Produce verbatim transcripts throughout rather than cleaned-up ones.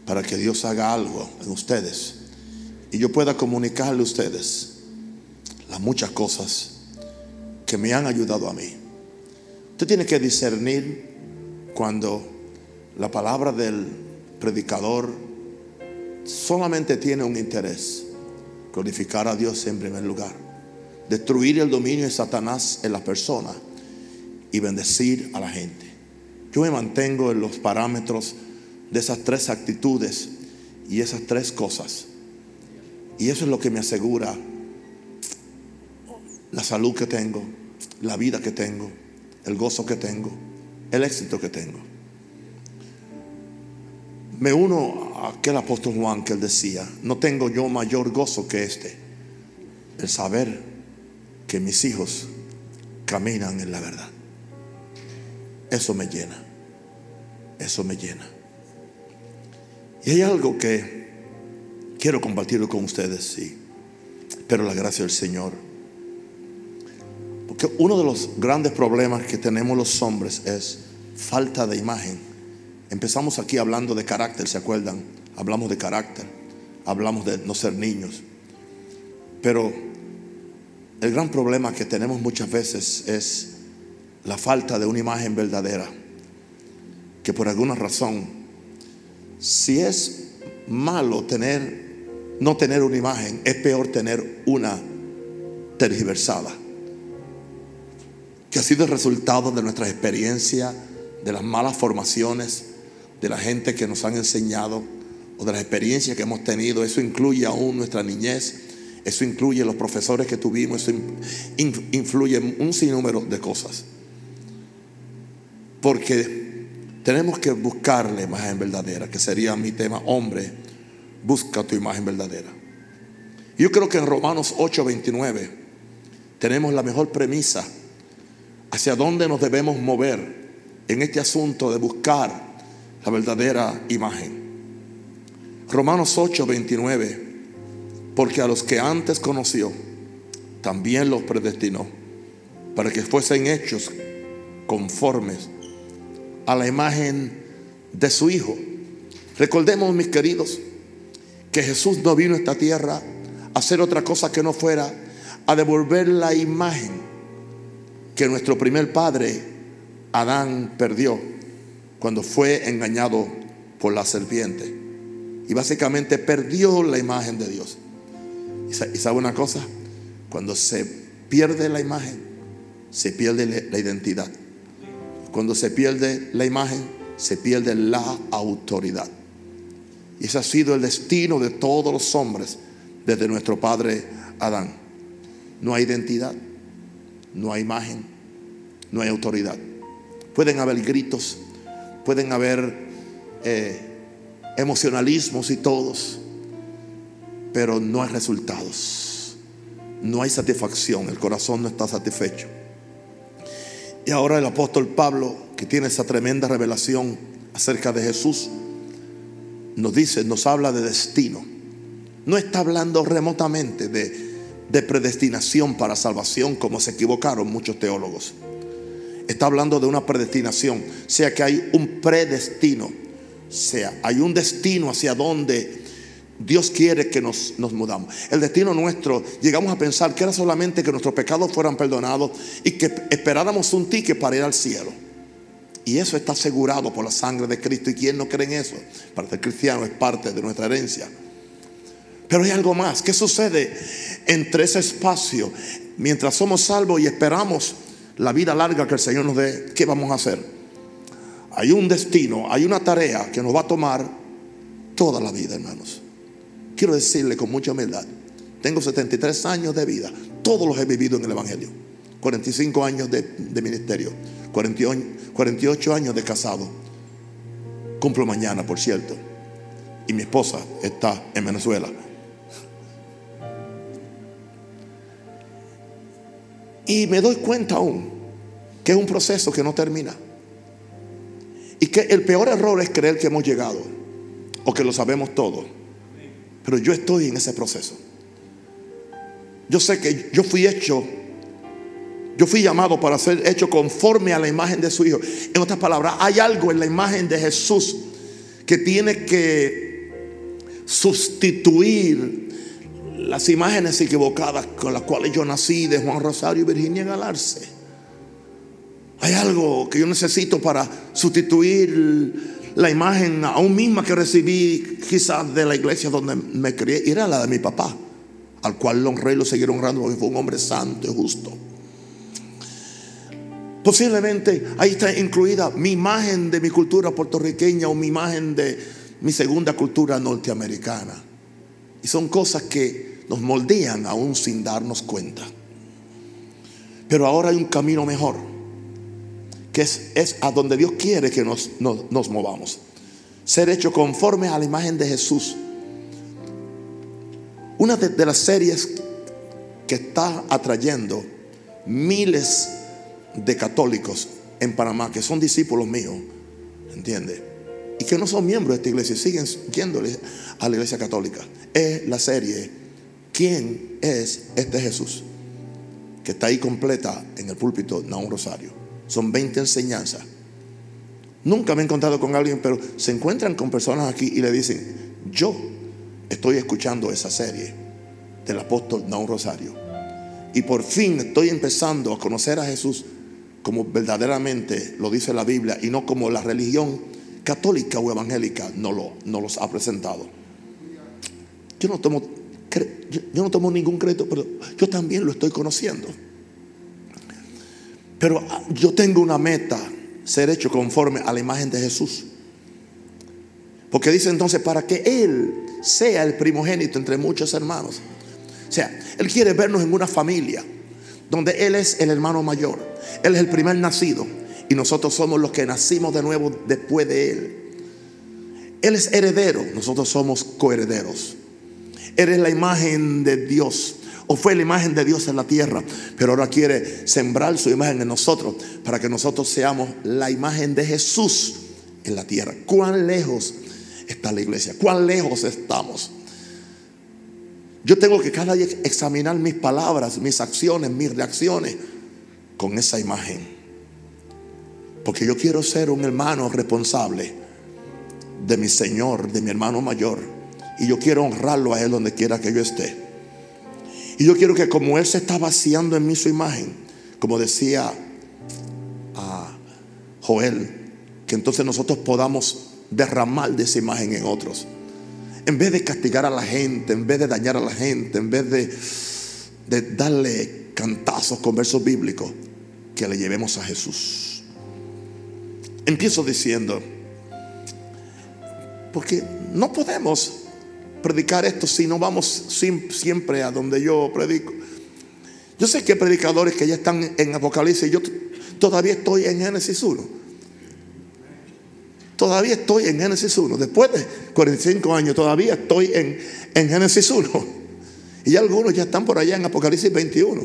para que Dios haga algo en ustedes y yo pueda comunicarle a ustedes las muchas cosas que me han ayudado a mí. Usted tiene que discernir cuando la palabra del predicador solamente tiene un interés: glorificar a Dios en primer lugar, destruir el dominio de Satanás en las personas y bendecir a la gente. Yo me mantengo en los parámetros de esas tres actitudes y esas tres cosas, y eso es lo que me asegura la salud que tengo, la vida que tengo, el gozo que tengo, el éxito que tengo. Me uno a aquel apóstol Juan que él decía: no tengo yo mayor gozo que este, el saber que mis hijos caminan en la verdad. Eso me llena, eso me llena. Y hay algo que quiero compartirlo con ustedes, sí, pero la gracia del Señor. Porque uno de los grandes problemas que tenemos los hombres es falta de imagen. Empezamos aquí hablando de carácter, ¿se acuerdan? Hablamos de carácter, hablamos de no ser niños. Pero el gran problema que tenemos muchas veces es la falta de una imagen verdadera. Que por alguna razón, si es malo tener, no tener una imagen, es peor tener una tergiversada, que ha sido el resultado de nuestras experiencias, de las malas formaciones, de la gente que nos han enseñado, o de las experiencias que hemos tenido. Eso incluye aún nuestra niñez, eso incluye los profesores que tuvimos, eso influye en un sinnúmero de cosas. Porque tenemos que buscar la imagen verdadera, que sería mi tema: hombre, busca tu imagen verdadera. Yo creo que en Romanos ocho veintinueve tenemos la mejor premisa hacia dónde nos debemos mover en este asunto de buscar la verdadera imagen. Romanos ocho veintinueve: porque a los que antes conoció, también los predestinó para que fuesen hechos conformes a la imagen de su Hijo. Recordemos, mis queridos, que Jesús no vino a esta tierra a hacer otra cosa que no fuera a devolver la imagen que nuestro primer padre Adán perdió cuando fue engañado por la serpiente, y básicamente perdió la imagen de Dios. ¿Y sabe una cosa? Cuando se pierde la imagen, se pierde la identidad. Cuando se pierde la imagen, se pierde la autoridad. Y ese ha sido el destino de todos los hombres desde nuestro padre Adán. No hay identidad, no hay imagen, no hay autoridad. Pueden haber gritos, pueden haber eh, emocionalismos y todos, pero no hay resultados, no hay satisfacción, el corazón no está satisfecho. Y ahora el apóstol Pablo, que tiene esa tremenda revelación acerca de Jesús, nos dice, nos habla de destino. No está hablando remotamente de, de predestinación para salvación, como se equivocaron muchos teólogos. Está hablando de una predestinación, o sea que hay un predestino, o sea, hay un destino hacia donde Dios quiere que nos, nos mudamos. El destino nuestro, llegamos a pensar que era solamente que nuestros pecados fueran perdonados y que esperáramos un ticket para ir al cielo. Y eso está asegurado por la sangre de Cristo. ¿Y quién no cree en eso? Para ser cristiano es parte de nuestra herencia. Pero hay algo más. ¿Qué sucede entre ese espacio mientras somos salvos y esperamos la vida larga que el Señor nos dé? ¿Qué vamos a hacer? Hay un destino, hay una tarea que nos va a tomar toda la vida, hermanos. Quiero decirle con mucha humildad, tengo setenta y tres años de vida, todos los he vivido en el Evangelio. cuarenta y cinco años de, de ministerio, cuarenta y ocho años de casado. Cumplo mañana, por cierto. Y mi esposa está en Venezuela. Y me doy cuenta aún que es un proceso que no termina. Y que el peor error es creer que hemos llegado o que lo sabemos todo. Pero yo estoy en ese proceso. Yo sé que yo fui hecho, yo fui llamado para ser hecho conforme a la imagen de su Hijo. En otras palabras, hay algo en la imagen de Jesús que tiene que sustituir las imágenes equivocadas con las cuales yo nací, de Juan Rosario y Virginia Galarse. Hay algo que yo necesito para sustituir la imagen aún misma que recibí quizás de la iglesia donde me crié, y era la de mi papá, al cual lo honré y lo seguiré honrando porque fue un hombre santo y justo. Posiblemente ahí está incluida mi imagen de mi cultura puertorriqueña o mi imagen de mi segunda cultura norteamericana. Y son cosas que nos moldean aún sin darnos cuenta. Pero ahora hay un camino mejor, que es, es a donde Dios quiere que nos, nos, nos movamos. Ser hecho conforme a la imagen de Jesús. Una de, de las series que está atrayendo miles de católicos en Panamá, que son discípulos míos, ¿entiende? Y que no son miembros de esta iglesia, siguen yendo a la iglesia católica, es la serie ¿Quién es este Jesús? Que está ahí completa en el púlpito Naún Rosario. Son veinte enseñanzas. Nunca me he encontrado con alguien, pero se encuentran con personas aquí y le dicen: yo estoy escuchando esa serie del apóstol Naún Rosario y por fin estoy empezando a conocer a Jesús como verdaderamente lo dice la Biblia, y no como la religión católica o evangélica no lo, no los ha presentado. Yo no tomo yo, yo no tomo ningún crédito, pero yo también lo estoy conociendo. Pero yo tengo una meta: ser hecho conforme a la imagen de Jesús. Porque dice entonces, para que Él sea el primogénito entre muchos hermanos. O sea, Él quiere vernos en una familia donde Él es el hermano mayor, Él es el primer nacido, y nosotros somos los que nacimos de nuevo después de Él. Él es heredero, nosotros somos coherederos. Él es la imagen de Dios, o fue la imagen de Dios en la tierra, pero ahora quiere sembrar su imagen en nosotros para que nosotros seamos la imagen de Jesús en la tierra. ¿Cuán lejos está la iglesia? ¿Cuán lejos estamos? Yo tengo que cada día examinar mis palabras, mis acciones, mis reacciones con esa imagen, porque yo quiero ser un hermano responsable de mi Señor, de mi hermano mayor, y yo quiero honrarlo a Él donde quiera que yo esté. Y yo quiero que, como Él se está vaciando en mí su imagen, como decía a Joel, que entonces nosotros podamos derramar de esa imagen en otros. En vez de castigar a la gente, en vez de dañar a la gente, en vez de, de darle cantazos con versos bíblicos, que le llevemos a Jesús. Empiezo diciendo, porque no podemos predicar esto si no vamos siempre a donde yo predico. Yo sé que hay predicadores que ya están en Apocalipsis. Yo todavía estoy en Génesis uno. Todavía estoy en Génesis uno. Después de cuarenta y cinco años todavía estoy en, en Génesis uno. Y ya algunos ya están por allá en Apocalipsis veintiuno.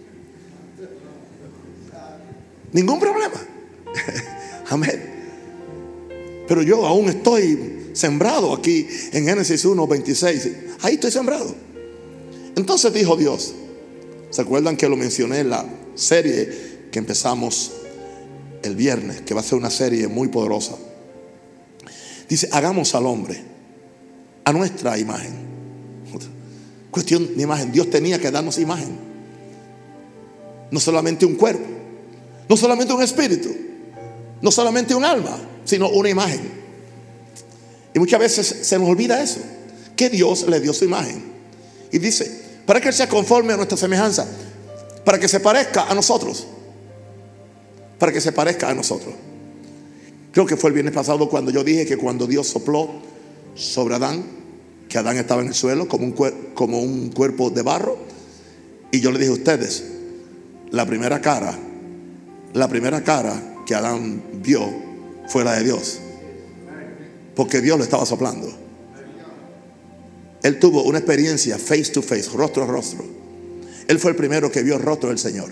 Ningún problema. Amén. Pero yo aún estoy sembrado aquí en Génesis uno, veintiséis. Ahí estoy sembrado. Entonces dijo Dios, ¿se acuerdan que lo mencioné en la serie que empezamos el viernes? Que va a ser una serie muy poderosa. Dice, hagamos al hombre a nuestra imagen. Cuestión de imagen. Dios tenía que darnos imagen. No solamente un cuerpo, no solamente un espíritu, no solamente un alma, sino una imagen. Y muchas veces se nos olvida eso, que Dios le dio su imagen. Y dice, para que Él sea conforme a nuestra semejanza, para que se parezca a nosotros, para que se parezca a nosotros. Creo que fue el viernes pasado cuando yo dije que cuando Dios sopló sobre Adán, que Adán estaba en el suelo como un, cuer- como un cuerpo de barro, y yo le dije a ustedes, la primera cara, la primera cara que Adán vio fue la de Dios, porque Dios lo estaba soplando. Él tuvo una experiencia face to face, rostro a rostro. Él fue el primero que vio el rostro del Señor.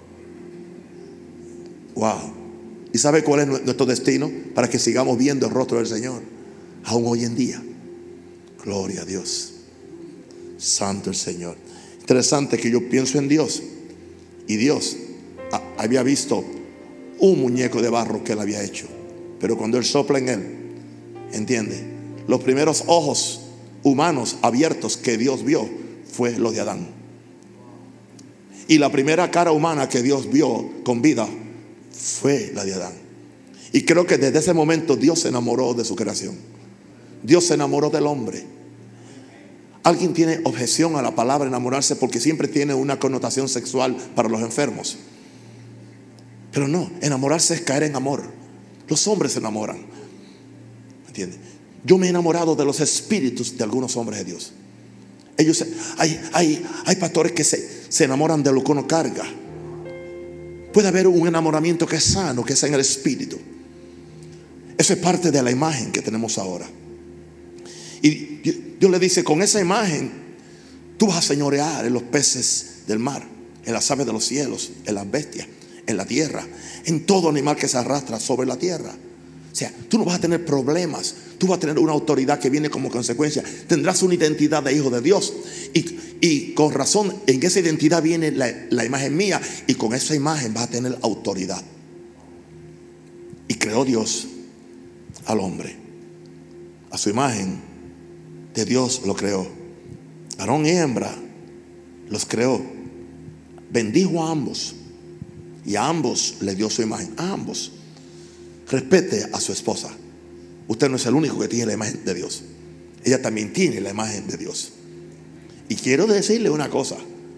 Wow. ¿Y sabe cuál es nuestro destino? Para que sigamos viendo el rostro del Señor aún hoy en día. Gloria a Dios. Santo el Señor. Interesante que yo pienso en Dios, y Dios había visto un muñeco de barro que Él había hecho, pero cuando Él sopla en él, entiende, los primeros ojos humanos abiertos que Dios vio fue lo de Adán. Y la primera cara humana que Dios vio con vida fue la de Adán. Y creo que desde ese momento Dios se enamoró de su creación. Dios se enamoró del hombre. Alguien tiene objeción a la palabra enamorarse porque siempre tiene una connotación sexual para los enfermos. Pero no, enamorarse es caer en amor. Los hombres se enamoran. ¿Entiendes? Yo me he enamorado de los espíritus de algunos hombres de Dios. Ellos, hay, hay, hay pastores que se, se enamoran de lo que uno carga. Puede haber un enamoramiento que es sano, que es en el espíritu. Eso es parte de la imagen que tenemos ahora. Y Dios le dice, con esa imagen tú vas a señorear en los peces del mar, en las aves de los cielos, en las bestias, en la tierra, en todo animal que se arrastra sobre la tierra. O sea, tú no vas a tener problemas. Tú vas a tener una autoridad que viene como consecuencia. Tendrás una identidad de hijo de Dios. Y, y con razón, en esa identidad viene la, la imagen mía. Y con esa imagen vas a tener autoridad. Y creó Dios al hombre. A su imagen de Dios lo creó. Varón y hembra los creó. Bendijo a ambos. Y a ambos le dio su imagen. A ambos. Respete a su esposa. Usted no es el único que tiene la imagen de Dios. Ella también tiene la imagen de Dios. Y quiero decirle una cosa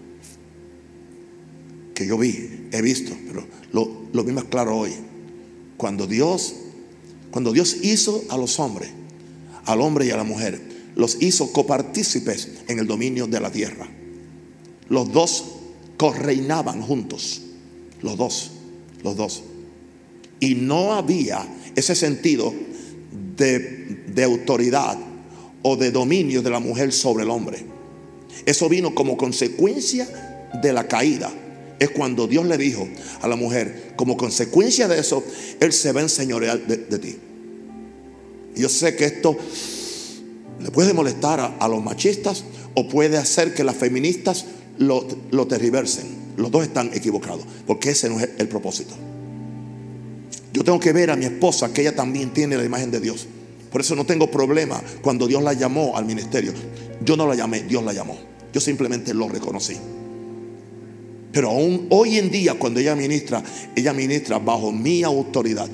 que yo vi, he visto, pero lo, lo vi más claro hoy. Cuando Dios, cuando Dios hizo a los hombres, al hombre y a la mujer, los hizo copartícipes en el dominio de la tierra. Los dos correinaban juntos. Los dos, los dos. Y no había ese sentido de, de autoridad o de dominio de la mujer sobre el hombre. Eso vino como consecuencia de la caída. Es cuando Dios le dijo a la mujer, como consecuencia de eso, Él se va a enseñorear de, de ti. Y yo sé que esto le puede molestar a, a los machistas, o puede hacer que las feministas lo, lo tergiversen. Los dos están equivocados, porque ese no es el propósito. Yo tengo que ver a mi esposa que ella también tiene la imagen de Dios. Por eso no tengo problema cuando Dios la llamó al ministerio. Yo no la llamé, Dios la llamó. Yo simplemente lo reconocí. Pero aún hoy en día, cuando ella ministra, ella ministra bajo mi autoridad.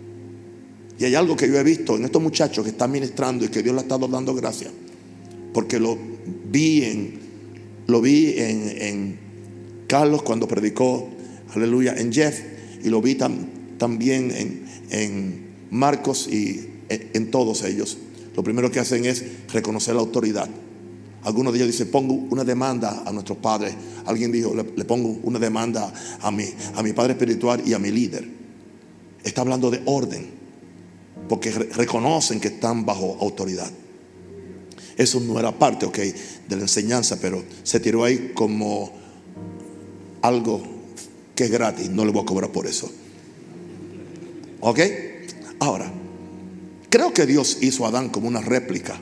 Y hay algo que yo he visto en estos muchachos que están ministrando y que Dios le ha estado dando gracias, porque lo vi en, lo vi en, en Carlos cuando predicó, aleluya, en Jeff, y lo vi también también en, en Marcos y en, en todos ellos. Lo primero que hacen es reconocer la autoridad. Algunos de ellos dicen, pongo una demanda a nuestros padres. Alguien dijo, le, le pongo una demanda a mi, a mi padre espiritual y a mi líder. Está hablando de orden, porque re, reconocen que están bajo autoridad. Eso no era parte, ok, de la enseñanza, pero se tiró ahí como algo que es gratis. No le voy a cobrar por eso. ¿Ok? Ahora, creo que Dios hizo a Adán como una réplica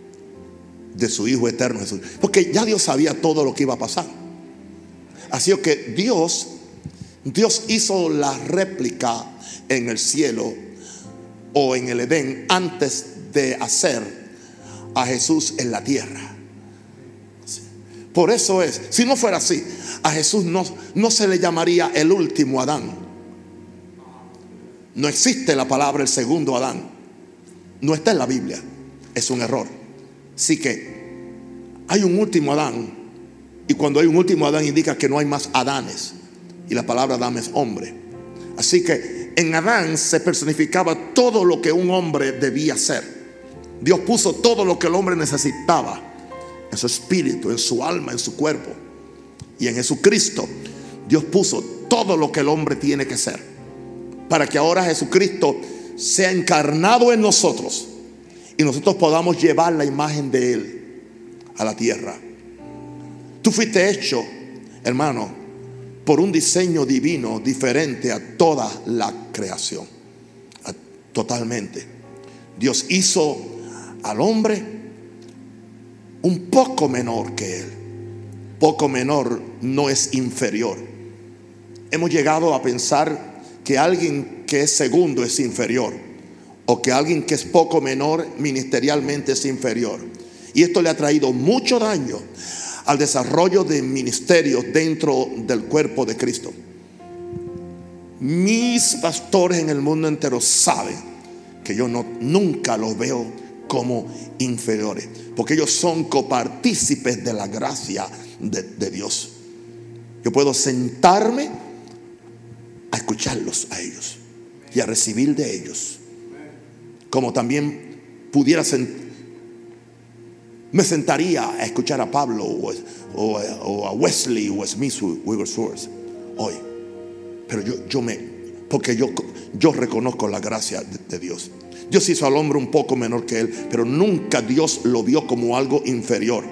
de su Hijo eterno Jesús, porque ya Dios sabía todo lo que iba a pasar. Así que Dios Dios hizo la réplica en el cielo o en el Edén antes de hacer a Jesús en la tierra. Por eso es, si no fuera así, a Jesús no, no se le llamaría el último Adán. No existe la palabra el segundo Adán. No está en la Biblia. Es un error. Así que hay un último Adán. Y cuando hay un último Adán indica que no hay más Adanes. Y la palabra Adán es hombre. Así que en Adán se personificaba todo lo que un hombre debía ser. Dios puso todo lo que el hombre necesitaba en su espíritu, en su alma, en su cuerpo. Y en Jesucristo Dios puso todo lo que el hombre tiene que ser, para que ahora Jesucristo sea encarnado en nosotros y nosotros podamos llevar la imagen de Él a la tierra. Tú fuiste hecho, hermano, por un diseño divino diferente a toda la creación. Totalmente. Dios hizo al hombre un poco menor que Él. Poco menor no es inferior. Hemos llegado a pensar que alguien que es segundo es inferior, o que alguien que es poco menor ministerialmente es inferior. Y esto le ha traído mucho daño al desarrollo de ministerios dentro del cuerpo de Cristo. Mis pastores en el mundo entero saben que yo no, nunca los veo como inferiores, porque ellos son copartícipes de la gracia de, de Dios. Yo puedo sentarme a escucharlos a ellos y a recibir de ellos, como también pudiera sentar, me sentaría a escuchar a Pablo o, o, o a Wesley o a Smith Wigglesworth hoy. Pero yo, yo me, porque yo, yo reconozco la gracia de, de Dios. Dios hizo al hombre un poco menor que él, pero nunca Dios lo vio como algo inferior.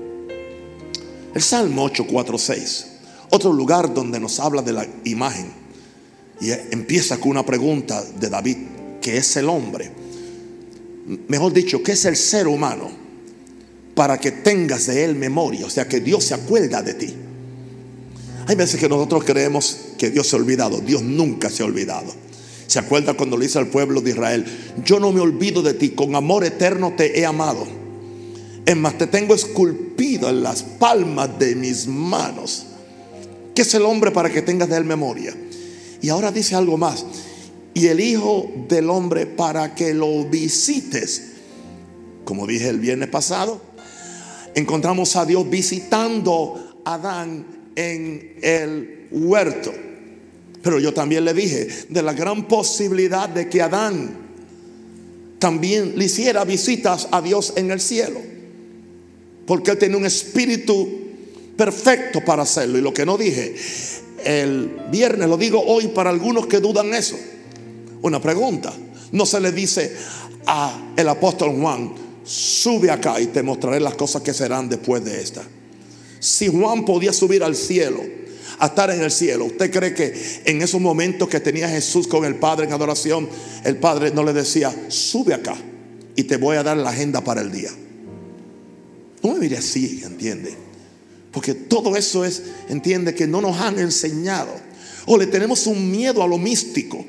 El Salmo ocho, cuatro, seis, otro lugar donde nos habla de la imagen, y empieza con una pregunta de David: ¿qué es el hombre? Mejor dicho, ¿qué es el ser humano para que tengas de él memoria? O sea, que Dios se acuerda de ti. Hay veces que nosotros creemos que Dios se ha olvidado. Dios nunca se ha olvidado. ¿Se acuerda cuando le dice al pueblo de Israel: yo no me olvido de ti, con amor eterno te he amado, es más, te tengo esculpido en las palmas de mis manos? ¿Qué es el hombre para que tengas de él memoria? Y ahora dice algo más: y el Hijo del Hombre para que lo visites. Como dije el viernes pasado, encontramos a Dios visitando a Adán en el huerto. Pero yo también le dije de la gran posibilidad de que Adán también le hiciera visitas a Dios en el cielo, porque él tiene un espíritu perfecto para hacerlo. Y lo que no dije el viernes lo digo hoy para algunos que dudan eso. Una pregunta: no se le dice a el apóstol Juan: sube acá y te mostraré las cosas que serán después de esta? Si Juan podía subir al cielo, a estar en el cielo, ¿usted cree que en esos momentos que tenía Jesús con el Padre en adoración, el Padre no le decía: sube acá y te voy a dar la agenda para el día? No me mire así, ¿entiende? Porque todo eso es, entiende, que no nos han enseñado, o le tenemos un miedo a lo místico.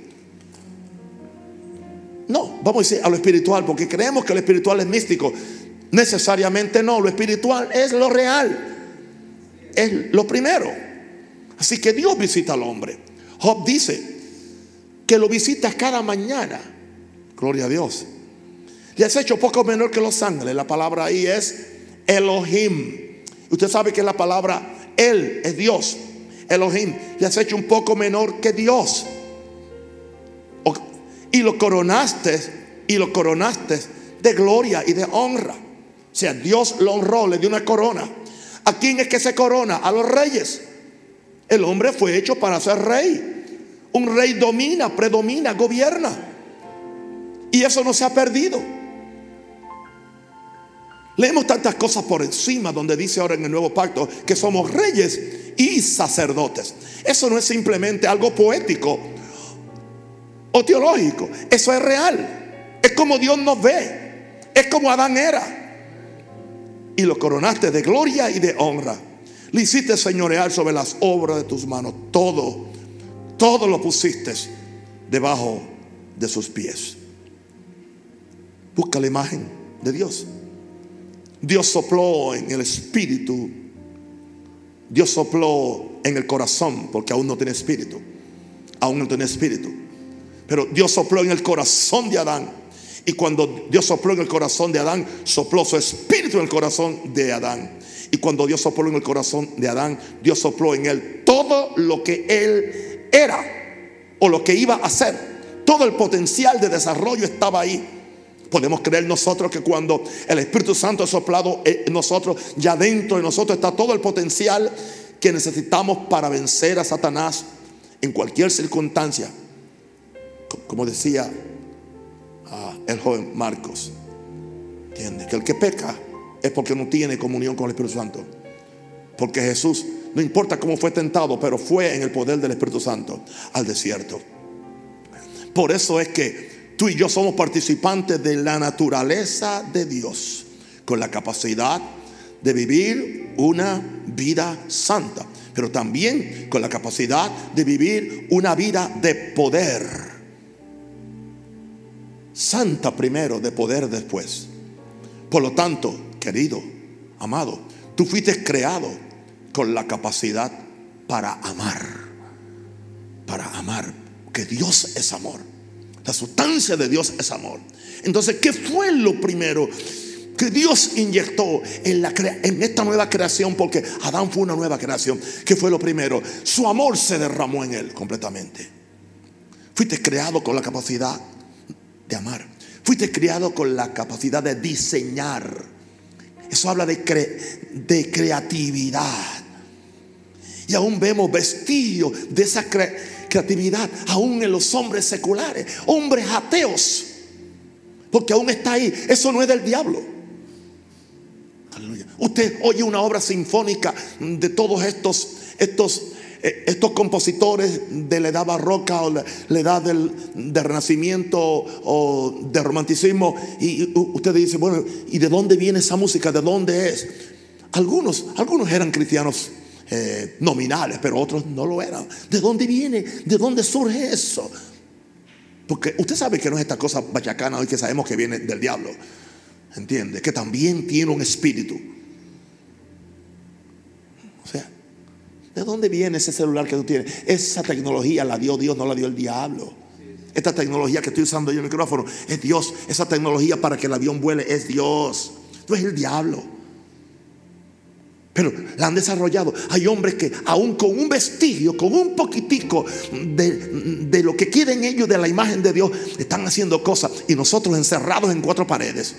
No, vamos a decir a lo espiritual, porque creemos que lo espiritual es místico. Necesariamente no, lo espiritual es lo real, es lo primero. Así que Dios visita al hombre. Job dice que lo visita cada mañana. Gloria a Dios. Le has hecho poco menor que los ángeles. La palabra ahí es Elohim. Usted sabe que la palabra Él es Dios. Elohim. Le has hecho un poco menor que Dios. Y lo coronaste, y lo coronaste de gloria y de honra. O sea, Dios lo honró, le dio una corona. ¿A quién es que se corona? A los reyes. El hombre fue hecho para ser rey. Un rey domina, predomina, gobierna. Y eso no se ha perdido. Leemos tantas cosas por encima donde dice ahora en el nuevo pacto que somos reyes y sacerdotes. Eso no es simplemente algo poético o teológico. Eso es real. Es como Dios nos ve. Es como Adán era. Y lo coronaste de gloria y de honra. Le hiciste señorear sobre las obras de tus manos. Todo, todo lo pusiste debajo de sus pies. Busca la imagen de Dios. Dios sopló en el espíritu. Dios sopló en el corazón, porque aún no tiene espíritu. Aún no tiene espíritu. Pero Dios sopló en el corazón de Adán. Y cuando Dios sopló en el corazón de Adán, sopló su espíritu en el corazón de Adán. Y cuando Dios sopló en el corazón de Adán, Dios sopló en él todo lo que él era o lo que iba a hacer. Todo el potencial de desarrollo estaba ahí. Podemos creer nosotros que cuando el Espíritu Santo es soplado en nosotros, ya dentro de nosotros está todo el potencial que necesitamos para vencer a Satanás en cualquier circunstancia. Como decía uh, el joven Marcos, ¿entiende? Que el que peca es porque no tiene comunión con el Espíritu Santo. Porque Jesús, no importa cómo fue tentado, pero fue en el poder del Espíritu Santo al desierto. Por eso es que tú y yo somos participantes de la naturaleza de Dios, con la capacidad de vivir una vida santa, pero también con la capacidad de vivir una vida de poder. Santa primero, de poder después. Por lo tanto, querido, amado, tú fuiste creado con la capacidad para amar. Para amar. Que Dios es amor. La sustancia de Dios es amor. Entonces, ¿qué fue lo primero que Dios inyectó en, la crea- en esta nueva creación? Porque Adán fue una nueva creación. ¿Qué fue lo primero? Su amor se derramó en él completamente. Fuiste creado con la capacidad de amar. Fuiste creado con la capacidad de diseñar. Eso habla de, cre- de creatividad. Y aún vemos vestigios de esa cre- creatividad aún en los hombres seculares, hombres ateos, porque aún está ahí. Eso no es del diablo. Aleluya. Usted oye una obra sinfónica de todos estos estos estos compositores de la edad barroca o la, la edad del, del renacimiento o de romanticismo, y usted dice, bueno, ¿y de dónde viene esa música? ¿De dónde es? Algunos, algunos eran cristianos eh, nominales, pero otros no lo eran. ¿De dónde viene? ¿De dónde surge eso? Porque usted sabe que no es esta cosa bachacana hoy que sabemos que viene del diablo. ¿Entiende? Que también tiene un espíritu. O sea, ¿de dónde viene ese celular que tú tienes? Esa tecnología la dio Dios, no la dio el diablo. Esta tecnología que estoy usando yo en el micrófono es Dios. Esa tecnología para que el avión vuele es Dios. No es el diablo. Pero la han desarrollado. Hay hombres que aún con un vestigio, con un poquitico de, de lo que quieren ellos de la imagen de Dios, están haciendo cosas. Y nosotros encerrados en cuatro paredes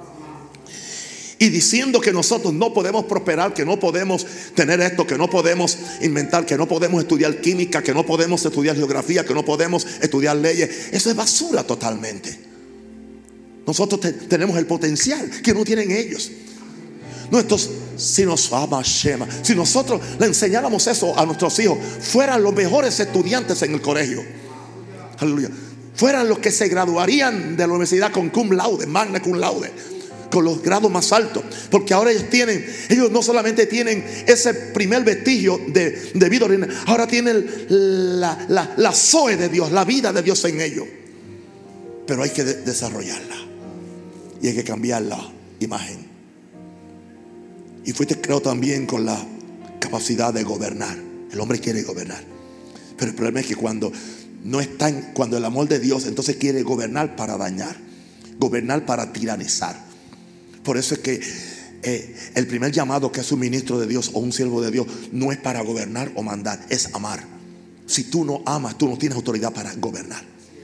y diciendo que nosotros no podemos prosperar, que no podemos tener esto, que no podemos inventar, que no podemos estudiar química, que no podemos estudiar geografía, que no podemos estudiar leyes. Eso es basura totalmente. Nosotros te, tenemos el potencial que no tienen ellos. Nuestros, si, nos, si nosotros le enseñáramos eso a nuestros hijos, fueran los mejores estudiantes en el colegio. Aleluya. Fueran los que se graduarían de la universidad con cum laude, magna cum laude, con los grados más altos. Porque ahora ellos tienen, ellos no solamente tienen ese primer vestigio de, de vida ordinaria, ahora tienen la, la, la zoe de Dios, la vida de Dios en ellos. Pero hay que de, desarrollarla. Y hay que cambiar la imagen. Y fuiste creado también con la capacidad de gobernar. El hombre quiere gobernar, pero el problema es que cuando no está en, cuando el amor de Dios, entonces quiere gobernar para dañar, gobernar para tiranizar. Por eso es que eh, el primer llamado que hace un ministro de Dios o un siervo de Dios no es para gobernar o mandar, es amar. Si tú no amas, tú no tienes autoridad para gobernar.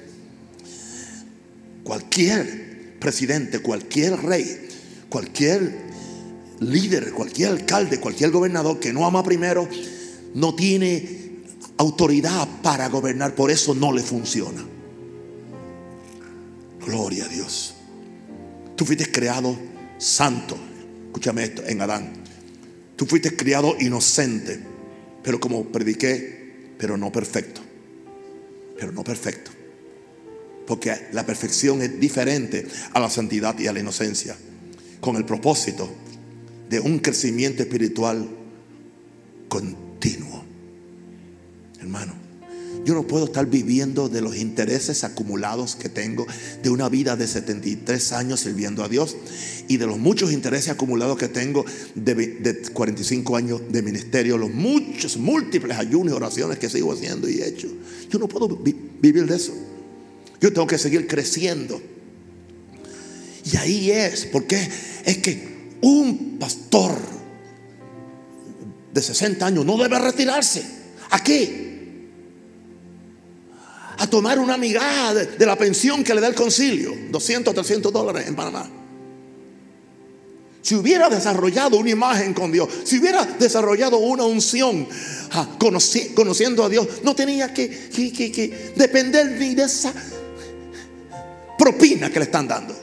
Cualquier presidente, cualquier rey, cualquier líder, cualquier alcalde, cualquier gobernador que no ama primero, no tiene autoridad para gobernar. Por eso no le funciona. Gloria a Dios. Tú fuiste creado santo. Escúchame esto, en Adán. Tú fuiste criado inocente, pero como prediqué, pero no perfecto. Pero no perfecto. Porque la perfección es diferente a la santidad y a la inocencia. Con el propósito de un crecimiento espiritual continuo. Hermano, yo no puedo estar viviendo de los intereses acumulados que tengo de una vida de setenta y tres años sirviendo a Dios y de los muchos intereses acumulados que tengo de, de cuarenta y cinco años de ministerio, los muchos, múltiples ayunos y oraciones que sigo haciendo y he hecho. Yo no puedo vi, vivir de eso. Yo tengo que seguir creciendo. Y ahí es, porque es que un pastor de sesenta años no debe retirarse. ¿A qué? A tomar una migaja de, de la pensión que le da el concilio, doscientos, trescientos dólares en Panamá. Si hubiera desarrollado una imagen con Dios, si hubiera desarrollado una unción, ah, conoci, conociendo a Dios, no tenía que, que, que, que depender ni de esa propina que le están dando.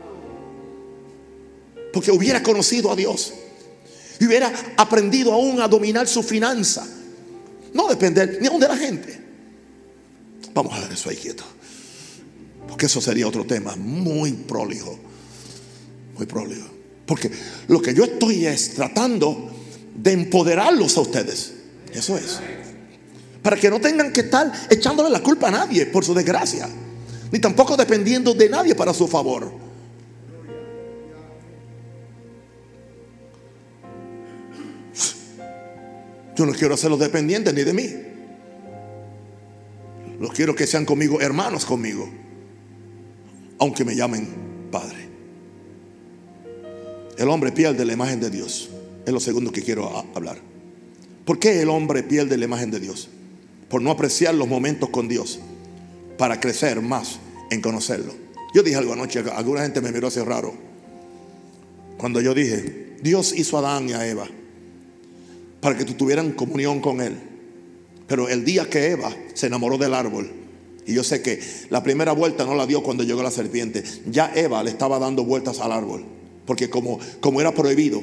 Porque hubiera conocido a Dios y hubiera aprendido aún a dominar su finanza, no depender ni aún de la gente. Vamos a ver eso ahí quieto, porque eso sería otro tema muy prolijo. Muy prolijo. Porque lo que yo estoy es tratando de empoderarlos a ustedes. Eso es. Para que no tengan que estar echándole la culpa a nadie por su desgracia, ni tampoco dependiendo de nadie para su favor. Yo no quiero hacerlos dependientes ni de mí. Los quiero que sean conmigo, hermanos conmigo, aunque me llamen Padre. El hombre pierde la imagen de Dios. Es lo segundo que quiero hablar. ¿Por qué el hombre pierde la imagen de Dios? Por no apreciar los momentos con Dios para crecer más en conocerlo. Yo dije algo anoche, alguna gente me miró así raro cuando yo dije: Dios hizo a Adán y a Eva para que tuvieran comunión con Él. Pero el día que Eva se enamoró del árbol, y yo sé que la primera vuelta no la dio cuando llegó la serpiente, ya Eva le estaba dando vueltas al árbol, porque como, como era prohibido.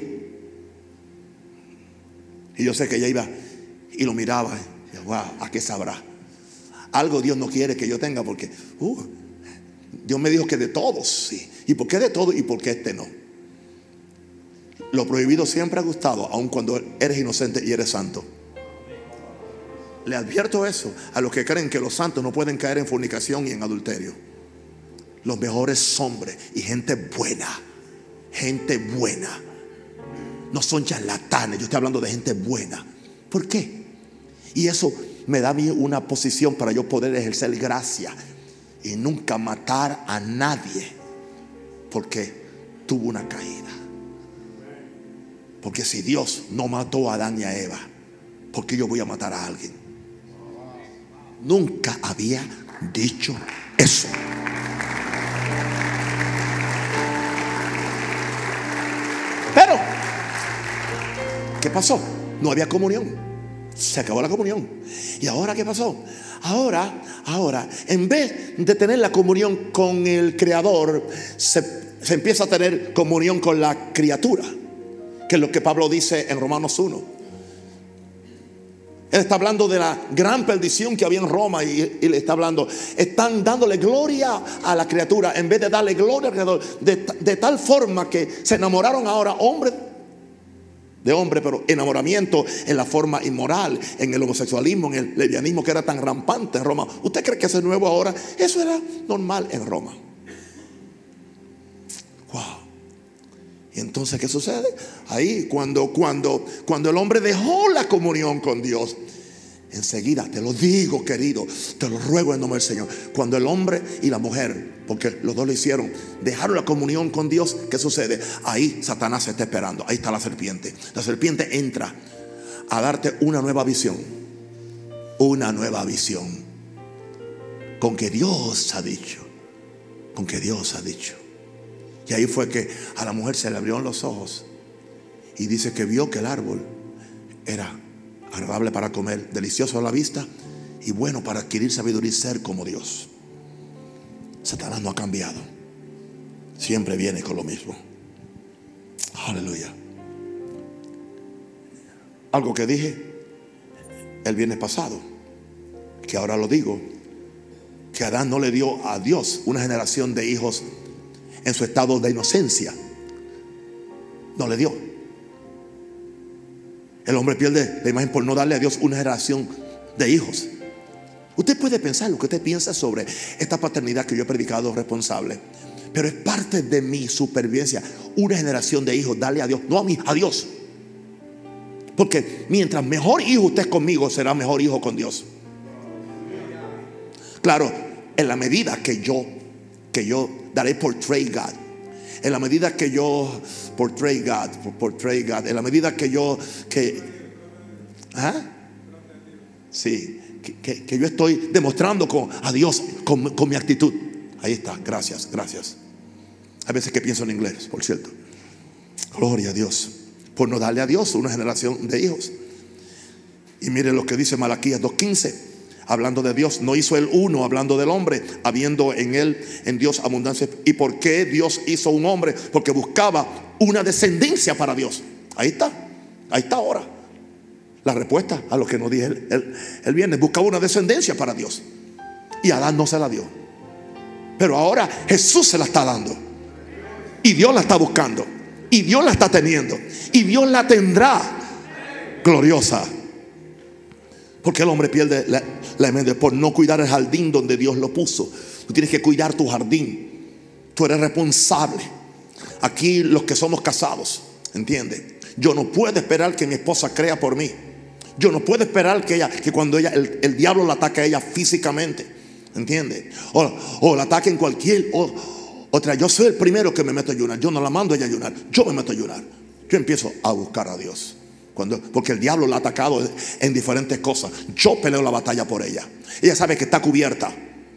Y yo sé que ella iba y lo miraba y decía: wow, ¿a qué sabrá? Algo Dios no quiere que yo tenga, porque uh, Dios me dijo que de todos, sí. ¿Y por qué de todos y por qué este no? Lo prohibido siempre ha gustado, aun cuando eres inocente y eres santo. Le advierto eso a los que creen que los santos no pueden caer en fornicación y en adulterio. Los mejores hombres y gente buena, gente buena, no son charlatanes. Yo estoy hablando de gente buena. ¿Por qué? Y eso me da a mí una posición para yo poder ejercer gracia y nunca matar a nadie porque tuvo una caída. Porque si Dios no mató a Adán y a Eva, ¿por qué yo voy a matar a alguien? Nunca había dicho eso. Pero ¿qué pasó? No había comunión. Se acabó la comunión. ¿Y ahora qué pasó? Ahora, ahora, en vez de tener la comunión con el Creador, se, se empieza a tener comunión con la criatura, que es lo que Pablo dice en Romanos uno. Él está hablando de la gran perdición que había en Roma, y, y le está hablando, están dándole gloria a la criatura en vez de darle gloria al Creador, de, de tal forma que se enamoraron ahora hombres de hombre, pero enamoramiento en la forma inmoral, en el homosexualismo, en el lesbianismo que era tan rampante en Roma. ¿Usted cree que eso es nuevo ahora? Eso era normal en Roma. Wow. Y entonces, ¿qué sucede? Ahí cuando, cuando, cuando el hombre dejó la comunión con Dios, enseguida, te lo digo, querido, te lo ruego en nombre del Señor, cuando el hombre y la mujer, porque los dos lo hicieron, dejaron la comunión con Dios, ¿qué sucede? Ahí Satanás se está esperando. Ahí está la serpiente. La serpiente entra a darte una nueva visión. Una nueva visión. Con que Dios ha dicho. Con que Dios ha dicho. Y ahí fue que a la mujer se le abrieron los ojos, y dice que vio que el árbol era agradable para comer, delicioso a la vista y bueno para adquirir sabiduría y ser como Dios. Satanás no ha cambiado. Siempre viene con lo mismo. Aleluya. Algo que dije el viernes pasado, que ahora lo digo, que Adán no le dio a Dios una generación de hijos en su estado de inocencia. No le dio. El hombre pierde la imagen por no darle a Dios una generación de hijos. Usted puede pensar lo que usted piensa sobre esta paternidad que yo he predicado responsable, pero es parte de mi supervivencia. Una generación de hijos, darle a Dios, no a mí, a Dios. Porque mientras mejor hijo usted es conmigo, será mejor hijo con Dios. Claro, en la medida que yo Que yo daré portray God, en la medida que yo portray God, portray God, en la medida que yo que, ¿ah? sí, que, que, que yo estoy demostrando con, a Dios con, con mi actitud. Ahí está, gracias, gracias. Hay veces que pienso en inglés, por cierto. Gloria a Dios por no darle a Dios una generación de hijos. Y mire lo que dice Malaquías dos quince. Hablando de Dios, no hizo el uno, hablando del hombre, habiendo en él, en Dios, abundancia. ¿Y por qué Dios hizo un hombre? Porque buscaba una descendencia para Dios. Ahí está, ahí está ahora la respuesta a lo que nos dije el, el, el viernes. Buscaba una descendencia para Dios, y Adán no se la dio. Pero ahora Jesús se la está dando, y Dios la está buscando, y Dios la está teniendo, y Dios la tendrá gloriosa. Porque el hombre pierde la, la mente por no cuidar el jardín donde Dios lo puso. Tú tienes que cuidar tu jardín. Tú eres responsable. Aquí los que somos casados, ¿entiendes? Yo no puedo esperar que mi esposa crea por mí. Yo no puedo esperar que ella, que cuando ella, el, el diablo la ataque a ella físicamente, ¿entiende? O, o la ataque en cualquier o, otra. Yo soy el primero que me meto a ayunar. Yo no la mando a ella a ayunar, yo me meto a ayunar. Yo empiezo a buscar a Dios. Cuando, porque el diablo la ha atacado en diferentes cosas. Yo peleo la batalla por ella. Ella sabe que está cubierta.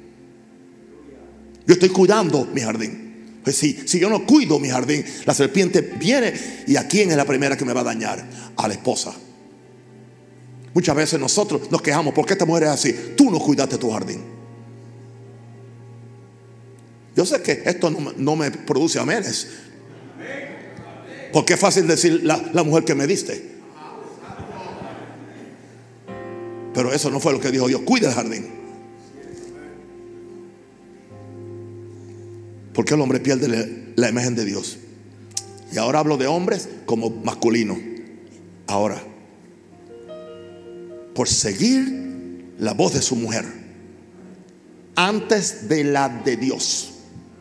Yo estoy cuidando mi jardín. Pues si, si yo no cuido mi jardín, la serpiente viene. ¿Y a quién es la primera que me va a dañar? A la esposa. Muchas veces nosotros nos quejamos: ¿por qué esta mujer es así? Tú no cuidaste tu jardín. Yo sé que esto no, no me produce amenes, porque es fácil decir la, la mujer que me diste. Pero eso no fue lo que dijo Dios. Cuida el jardín. Porque el hombre pierde la, la imagen de Dios. Y ahora hablo de hombres como masculino. Ahora, por seguir la voz de su mujer antes de la de Dios.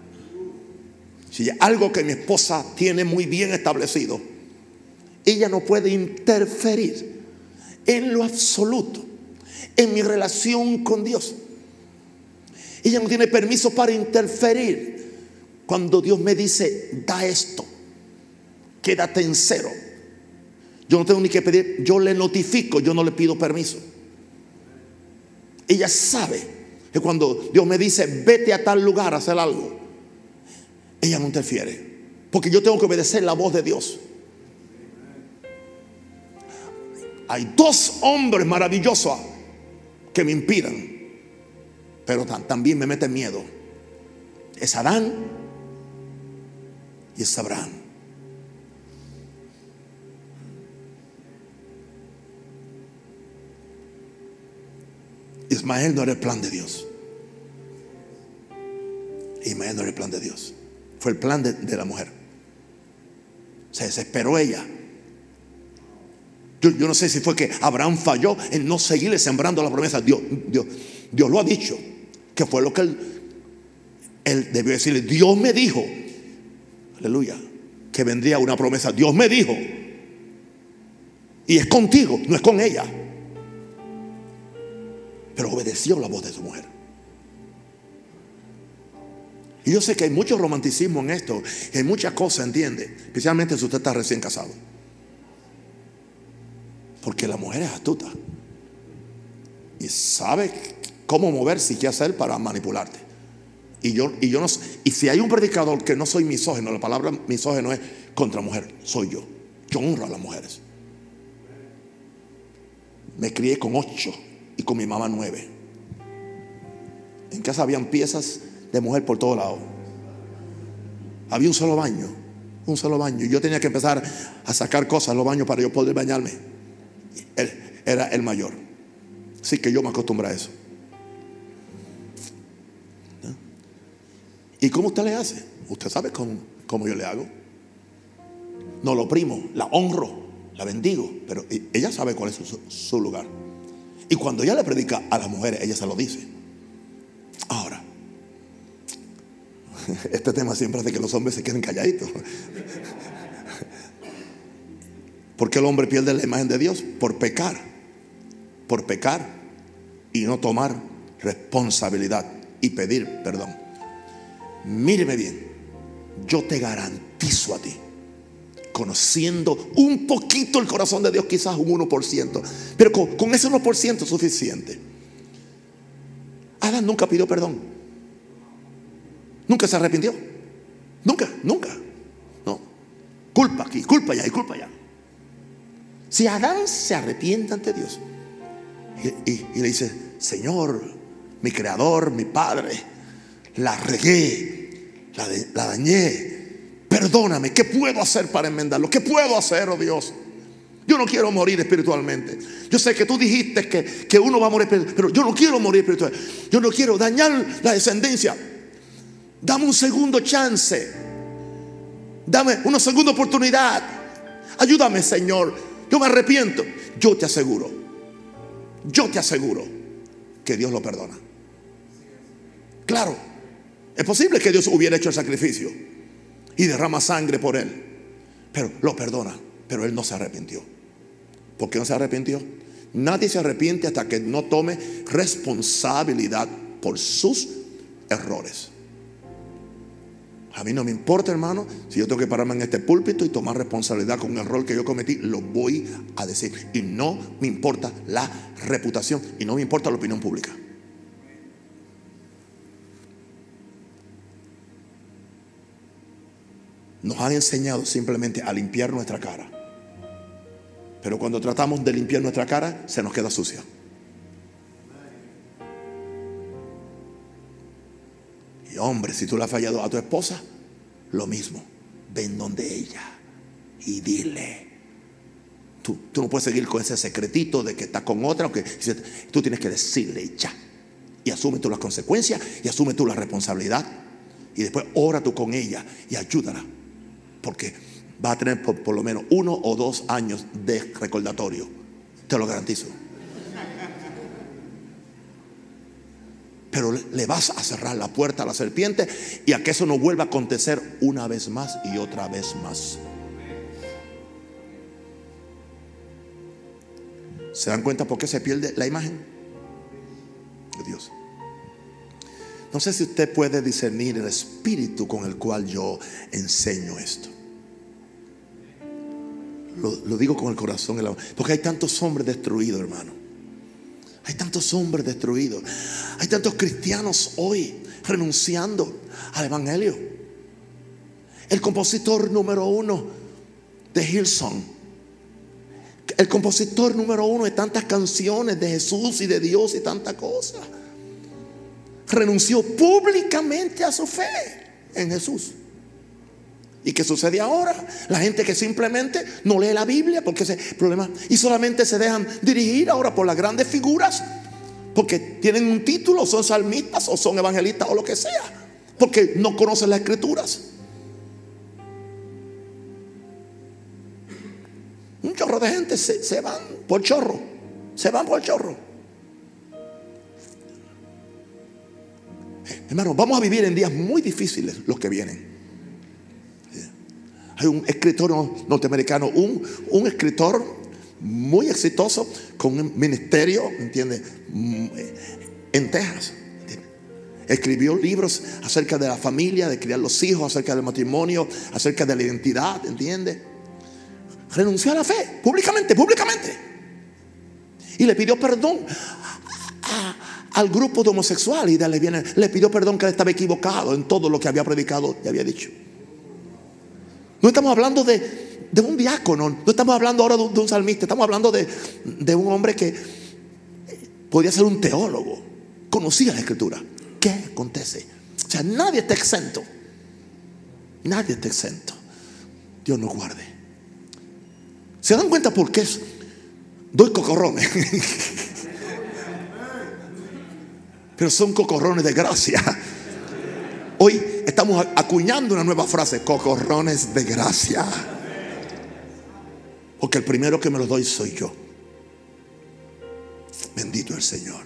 Si algo que mi esposa tiene muy bien establecido, ella no puede interferir en lo absoluto en mi relación con Dios. Ella no tiene permiso para interferir cuando Dios me dice: da esto, quédate en cero. Yo no tengo ni que pedir, yo le notifico, yo no le pido permiso. Ella sabe que cuando Dios me dice: vete a tal lugar a hacer algo, ella no interfiere, porque yo tengo que obedecer la voz de Dios. Hay dos hombres maravillosos que me inspiran, pero también me meten miedo. Es Adán y es Abraham. Ismael no era el plan de Dios. Ismael no era el plan de Dios. Fue el plan de, de la mujer. Se desesperó ella. Yo, yo no sé si fue que Abraham falló en no seguirle sembrando la promesa. Dios, Dios, Dios lo ha dicho, que fue lo que él, él debió decirle. Dios me dijo, aleluya, que vendría una promesa. Dios me dijo, y es contigo, no es con ella. Pero obedeció la voz de su mujer. Y yo sé que hay mucho romanticismo en esto, hay muchas cosas, entiende, especialmente si usted está recién casado. Porque la mujer es astuta y sabe cómo moverse y qué hacer para manipularte. Y yo, y yo no, y si hay un predicador que no soy misógino, la palabra misógino es contra mujer, soy yo. Yo honro a las mujeres. Me crié con ocho y con mi mamá nueve. En casa habían piezas de mujer por todos lados. Había un solo baño, un solo baño. Y yo tenía que empezar a sacar cosas en los baños para yo poder bañarme. Él era el mayor. Así que yo me acostumbré a eso. ¿No? ¿Y cómo usted le hace? Usted sabe cómo, cómo yo le hago. No lo oprimo, la honro, la bendigo, pero ella sabe cuál es su, su lugar. Y cuando ella le predica a las mujeres, ella se lo dice. Ahora, este tema siempre hace que los hombres se queden calladitos. ¿Por qué el hombre pierde la imagen de Dios? Por pecar. Por pecar y no tomar responsabilidad y pedir perdón. Míreme bien, yo te garantizo a ti, conociendo un poquito el corazón de Dios, quizás un uno por ciento, pero con, con ese uno por ciento es suficiente. Adán nunca pidió perdón. Nunca se arrepintió. Nunca, nunca. No. Culpa aquí, culpa allá y culpa allá. Si Adán se arrepiente ante Dios y, y, y le dice: Señor, mi creador, mi padre, la regué, la, de, la dañé, perdóname, ¿qué puedo hacer para enmendarlo? ¿Qué puedo hacer, oh Dios? Yo no quiero morir espiritualmente. Yo sé que tú dijiste que, que uno va a morir, pero yo no quiero morir espiritualmente. Yo no quiero dañar la descendencia. Dame un segundo chance. Dame una segunda oportunidad. Ayúdame, Señor. Yo me arrepiento. Yo te aseguro, yo te aseguro que Dios lo perdona. Claro, es posible que Dios hubiera hecho el sacrificio y derrama sangre por él, pero lo perdona. Pero él no se arrepintió. ¿Por qué no se arrepintió? Nadie se arrepiente hasta que no tome responsabilidad por sus errores. A mí no me importa, hermano, si yo tengo que pararme en este púlpito y tomar responsabilidad con un error que yo cometí, lo voy a decir. Y no me importa la reputación y no me importa la opinión pública. Nos han enseñado simplemente a limpiar nuestra cara, pero cuando tratamos de limpiar nuestra cara, se nos queda sucia. Y hombre, si tú le has fallado a tu esposa, lo mismo. Ven donde ella y dile. Tú, tú no puedes seguir con ese secretito de que está con otra o que, tú tienes que decirle ya. Y asume tú las consecuencias y asume tú la responsabilidad. Y después ora tú con ella y ayúdala, porque va a tener por, por lo menos uno o dos años de recordatorio. Te lo garantizo. Pero le vas a cerrar la puerta a la serpiente y a que eso no vuelva a acontecer una vez más y otra vez más. ¿Se dan cuenta por qué se pierde la imagen de Dios? No sé si usted puede discernir el espíritu con el cual yo enseño esto. Lo, lo digo con el corazón, porque hay tantos hombres destruidos, hermano. Hay tantos hombres destruidos. Hay tantos cristianos hoy renunciando al evangelio. El compositor número uno de Hillsong, el compositor número uno de tantas canciones de Jesús y de Dios y tantas cosas, renunció públicamente a su fe en Jesús. ¿Y qué sucede ahora? La gente que simplemente no lee la Biblia porque ese problema, y solamente se dejan dirigir ahora por las grandes figuras, porque tienen un título, son salmistas o son evangelistas o lo que sea, porque no conocen las escrituras. Un chorro de gente se, se van por chorro, se van por chorro. Hermano, vamos a vivir en días muy difíciles los que vienen. Hay un escritor norteamericano, un, un escritor muy exitoso con un ministerio, ¿entiendes?, en Texas. ¿Entiendes? Escribió libros acerca de la familia, de criar los hijos, acerca del matrimonio, acerca de la identidad, ¿entiendes? Renunció a la fe, públicamente, públicamente. Y le pidió perdón a, al grupo de homosexuales y de lesbianas. Le pidió perdón que él estaba equivocado en todo lo que había predicado y había dicho. No estamos hablando de, de un diácono, no estamos hablando ahora de un, de un salmista, estamos hablando de, de un hombre que podía ser un teólogo, conocía la escritura. ¿Qué acontece? O sea, nadie está exento. Nadie está exento. Dios nos guarde. ¿Se dan cuenta por qué es? Doy cocorrones. Pero son cocorrones de gracia. Hoy estamos acuñando una nueva frase: cocorrones de gracia. Porque el primero que me los doy soy yo. Bendito el Señor.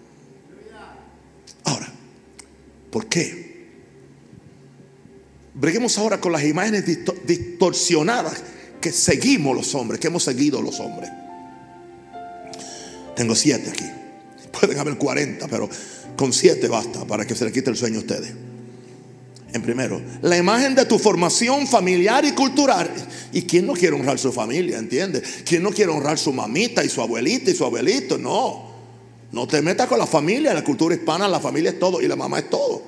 Ahora, ¿por qué? Breguemos ahora con las imágenes distorsionadas que seguimos los hombres, que hemos seguido los hombres. Tengo siete aquí. Pueden haber cuarenta, pero con siete basta para que se le quite el sueño a ustedes. En primero, la imagen de tu formación familiar y cultural. ¿Y quién no quiere honrar su familia? ¿Entiendes? ¿Quién no quiere honrar su mamita y su abuelita y su abuelito? No, no te metas con la familia. En la cultura hispana la familia es todo y la mamá es todo.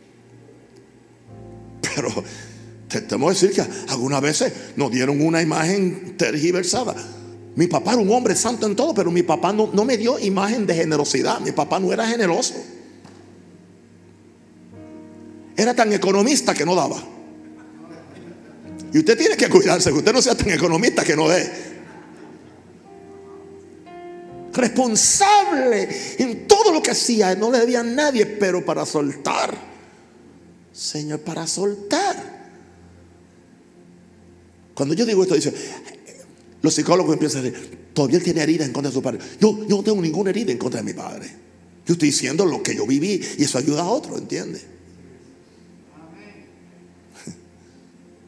Pero te tengo que decir que algunas veces nos dieron una imagen tergiversada. Mi papá era un hombre santo en todo, pero mi papá no, no me dio imagen de generosidad. Mi papá no era generoso. Era tan economista que no daba. Y usted tiene que cuidarse, que usted no sea tan economista que no dé. Responsable en todo lo que hacía. No le debía a nadie, pero para soltar, Señor, para soltar. Cuando yo digo esto, dice, los psicólogos empiezan a decir, todavía él tiene heridas en contra de su padre. Yo, yo no tengo ninguna herida en contra de mi padre. Yo estoy diciendo lo que yo viví y eso ayuda a otro, ¿entiende?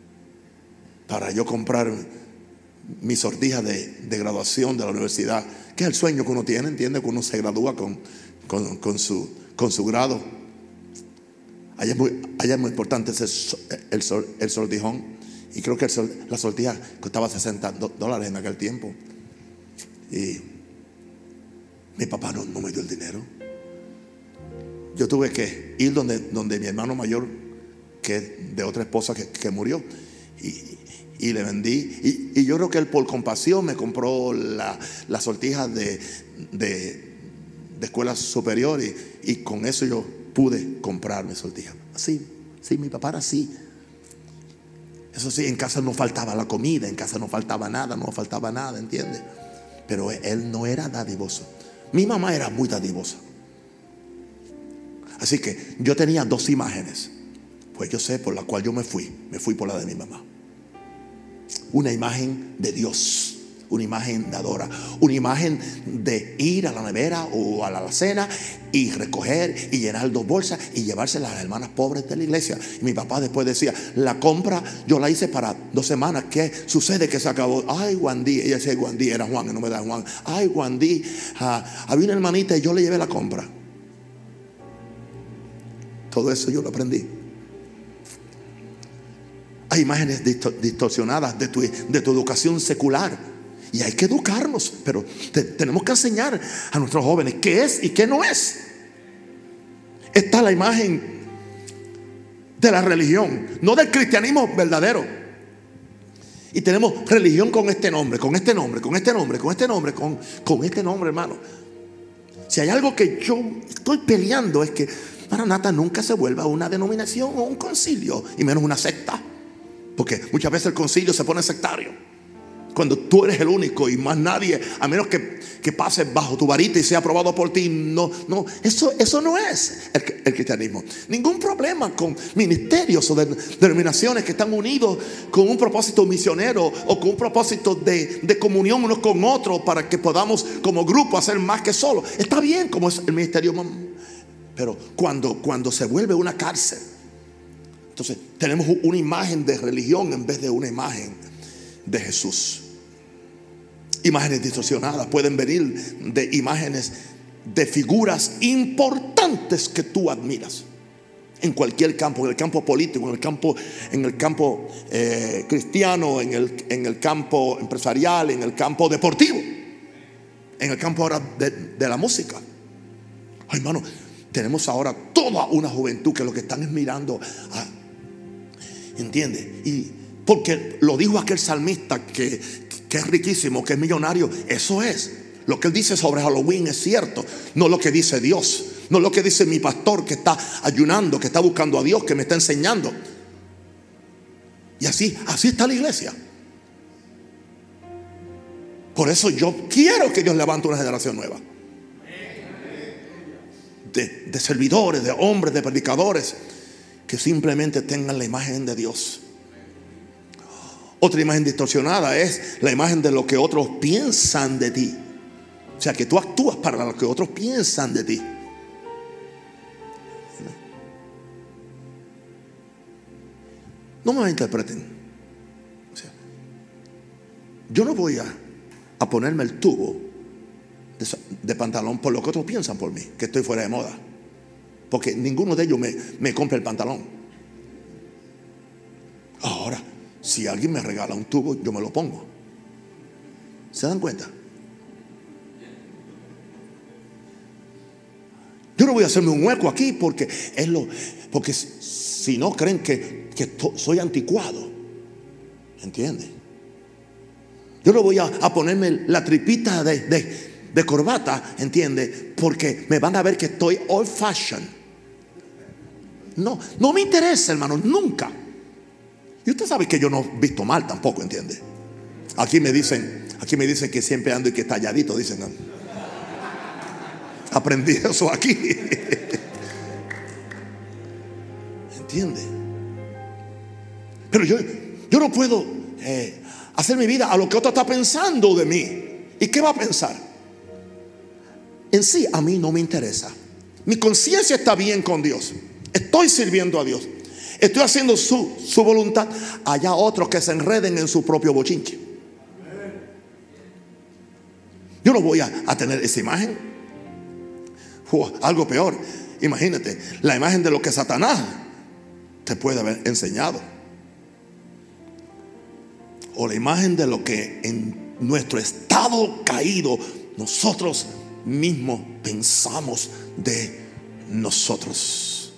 Para yo comprar mi sortija de, de graduación de la universidad, que es el sueño que uno tiene, entiende, que uno se gradúa con, con, con, su, con su grado. Allá es muy, allá es muy importante ese, el, el, el sortijón. Y creo que el sol, la sortija costaba sesenta dólares en aquel tiempo. Y mi papá no, no me dio el dinero. Yo tuve que ir donde, donde mi hermano mayor, que de otra esposa que, que murió, y, y le vendí. Y, y yo creo que él, por compasión, me compró la, la sortija de, de, de escuela superior, y, y con eso yo pude comprar mi sortija. Así, sí, mi papá era así. Eso sí, en casa no faltaba la comida, en casa no faltaba nada, no faltaba nada, ¿entiendes? Pero él no era dadivoso. Mi mamá era muy dadivosa. Así que yo tenía dos imágenes. Pues yo sé por la cual yo me fui. Me fui por la de mi mamá. Una imagen de Dios, una imagen de adora, una imagen de ir a la nevera o a la alacena y recoger y llenar dos bolsas y llevárselas a las hermanas pobres de la iglesia. Y mi papá después decía: la compra yo la hice para dos semanas. ¿Qué sucede? Que se acabó. Ay, Wandí. Ella decía Wandí, era Juan, el nombre de Juan. Ay, Wandí, ah, había una hermanita y yo le llevé la compra. Todo eso yo lo aprendí. Hay imágenes distorsionadas de tu, de tu educación secular. Y hay que educarnos, pero te, tenemos que enseñar a nuestros jóvenes qué es y qué no es. Está la imagen de la religión, no del cristianismo verdadero. Y tenemos religión con este nombre, con este nombre, con este nombre, con este nombre, con, con este nombre, hermano. Si hay algo que yo estoy peleando es que Maranata nunca se vuelva una denominación o un concilio, y menos una secta. Porque muchas veces el concilio se pone sectario, cuando tú eres el único y más nadie, a menos que, que pase bajo tu varita y sea aprobado por ti. No, no, eso, eso no es el, el cristianismo. Ningún problema con ministerios o de, denominaciones que están unidos con un propósito misionero o con un propósito de, de comunión unos con otros, para que podamos como grupo hacer más que solo. Está bien como es el ministerio, pero cuando, cuando se vuelve una cárcel, entonces tenemos una imagen de religión en vez de una imagen de Jesús. Imágenes distorsionadas pueden venir de imágenes de figuras importantes que tú admiras en cualquier campo, en el campo político, en el campo, en el campo eh, cristiano, en el, en el campo empresarial, en el campo deportivo, en el campo ahora de, de la música. Ay, hermano, tenemos ahora toda una juventud que lo que están es mirando a, ¿entiendes? Y porque lo dijo aquel salmista que, que es riquísimo, que es millonario. Eso es. Lo que él dice sobre Halloween es cierto. No lo que dice Dios. No lo que dice mi pastor que está ayunando, que está buscando a Dios, que me está enseñando. Y así, así está la iglesia. Por eso yo quiero que Dios levante una generación nueva. De, de servidores, de hombres, de predicadores, que simplemente tengan la imagen de Dios. Otra imagen distorsionada es la imagen de lo que otros piensan de ti. O sea, que tú actúas para lo que otros piensan de ti. No me interpreten. O sea, yo no voy a, a ponerme el tubo de, de pantalón por lo que otros piensan por mí, que estoy fuera de moda. Porque ninguno de ellos me, me compra el pantalón. Ahora, si alguien me regala un tubo, yo me lo pongo. ¿Se dan cuenta? Yo no voy a hacerme un hueco aquí porque es lo, porque si no creen que, que to, soy anticuado. ¿Entiendes? Yo no voy a, a ponerme la tripita de, de, de corbata, ¿entiendes? Porque me van a ver que estoy old fashion. No, no me interesa, hermano, nunca. Y usted sabe que yo no he visto mal tampoco, ¿entiende? Aquí me dicen, aquí me dicen que siempre ando y que talladito, dicen. Aprendí eso aquí. ¿Entiende? Pero yo, yo no puedo eh, hacer mi vida a lo que otro está pensando de mí. ¿Y qué va a pensar? En sí, a mí no me interesa. Mi conciencia está bien con Dios. Estoy sirviendo a Dios. Estoy haciendo su, su voluntad. Allá otros que se enreden en su propio bochinche. Yo Yo no voy a, a tener esa imagen. Uh, algo peor, imagínate, la imagen de lo que Satanás te puede haber enseñado, o la imagen de lo que en nuestro estado caído nosotros mismos pensamos de nosotros.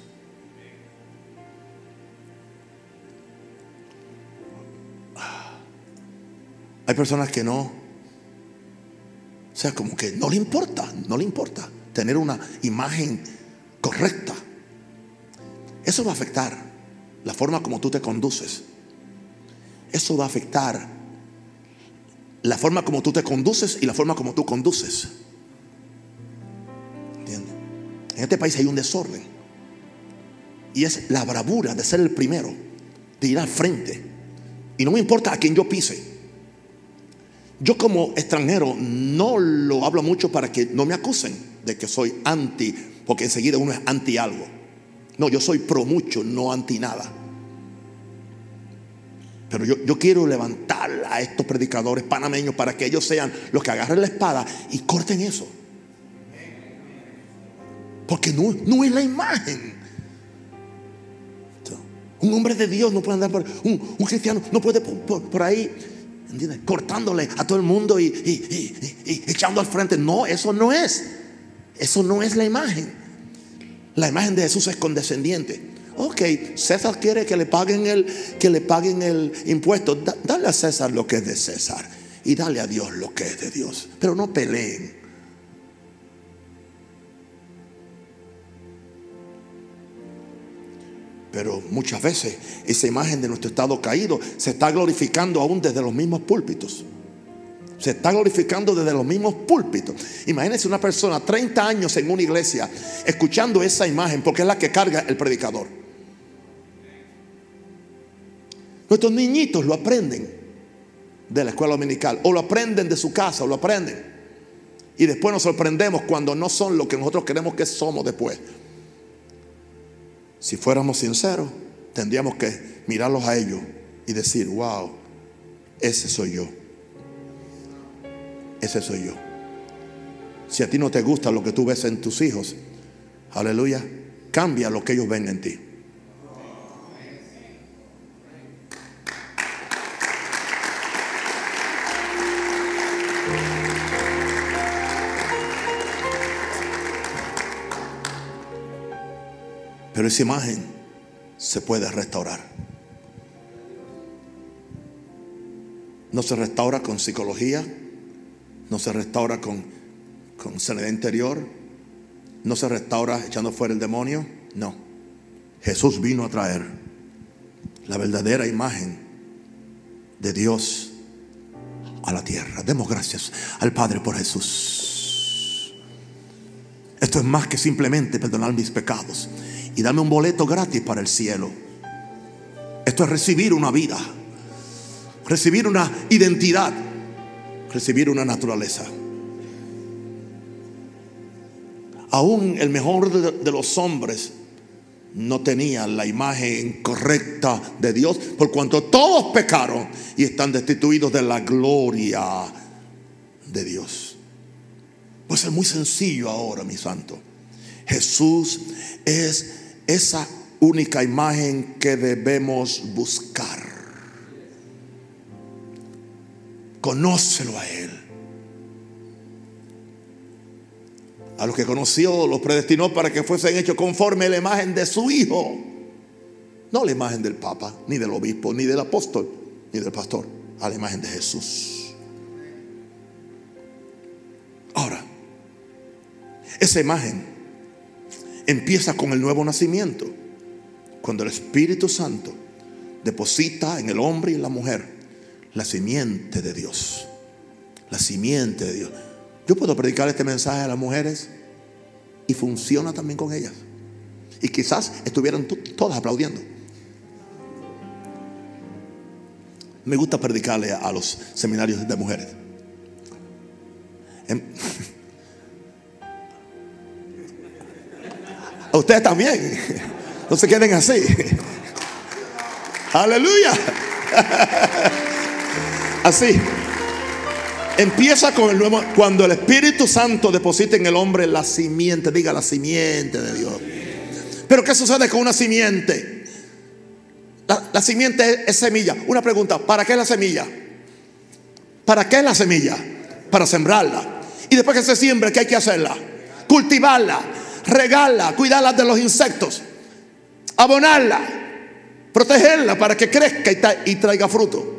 Hay personas que no, o sea, como que no le importa, no le importa tener una imagen correcta. Eso va a afectar la forma como tú te conduces. Eso va a afectar la forma como tú te conduces y la forma como tú conduces. ¿Entiendes? En este país hay un desorden, y es la bravura de ser el primero, de ir al frente, y no me importa a quién yo pise. Yo como extranjero no lo hablo mucho para que no me acusen de que soy anti, porque enseguida uno es anti algo. No, yo soy pro mucho, no anti nada. Pero yo, yo quiero levantar a estos predicadores panameños para que ellos sean los que agarren la espada y corten eso. Porque no, no es la imagen. Un hombre de Dios no puede andar por, un, un cristiano no puede por, por, por ahí, ¿entiendes?, cortándole a todo el mundo y, y, y, y, y echando al frente. No, eso no es. Eso no es la imagen. La imagen de Jesús es condescendiente. Ok, César quiere que le paguen el, que le paguen el impuesto. Da, dale a César lo que es de César y dale a Dios lo que es de Dios. Pero no peleen. Pero muchas veces esa imagen de nuestro estado caído se está glorificando aún desde los mismos púlpitos. Se está glorificando desde los mismos púlpitos. Imagínense una persona treinta años en una iglesia escuchando esa imagen, porque es la que carga el predicador. Nuestros niñitos lo aprenden de la escuela dominical, o lo aprenden de su casa, o lo aprenden, y después nos sorprendemos cuando no son lo que nosotros queremos que somos después. Si fuéramos sinceros, tendríamos que mirarlos a ellos y decir: wow, ese soy yo. Ese soy yo. Si a ti no te gusta lo que tú ves en tus hijos, aleluya, cambia lo que ellos ven en ti. Pero esa imagen se puede restaurar. No se restaura con psicología, no se restaura con, con sanidad interior, no se restaura echando fuera el demonio. No, Jesús vino a traer la verdadera imagen de Dios a la tierra. Demos gracias al Padre por Jesús. Esto es más que simplemente perdonar mis pecados y dame un boleto gratis para el cielo. Esto es recibir una vida, recibir una identidad, recibir una naturaleza. Aún el mejor de, de los hombres no tenía la imagen correcta de Dios, por cuanto todos pecaron y están destituidos de la gloria de Dios. Pues es muy sencillo ahora, mi santo. Jesús es esa única imagen que debemos buscar. Conócelo a Él. A los que conoció los predestinó para que fuesen hechos conforme a la imagen de su Hijo. No la imagen del Papa, ni del obispo, ni del apóstol, ni del pastor. A la imagen de Jesús. Ahora, esa imagen empieza con el nuevo nacimiento, cuando el Espíritu Santo deposita en el hombre y en la mujer la simiente de Dios. La simiente de Dios. Yo puedo predicar este mensaje a las mujeres y funciona también con ellas, y quizás estuvieran todas aplaudiendo. Me gusta predicarle a los seminarios de mujeres. A ustedes también. No se queden así. Aleluya. Así. Empieza con el nuevo. Cuando el Espíritu Santo deposita en el hombre la simiente, diga la simiente de Dios. Pero ¿qué sucede con una simiente? La, la simiente es, es semilla. Una pregunta: ¿para qué es la semilla? ¿Para qué es la semilla? Para sembrarla. Y después que se siembre, ¿qué hay que hacerla? Cultivarla, regarla, cuidarla de los insectos, abonarla, protegerla para que crezca y, tra y traiga fruto.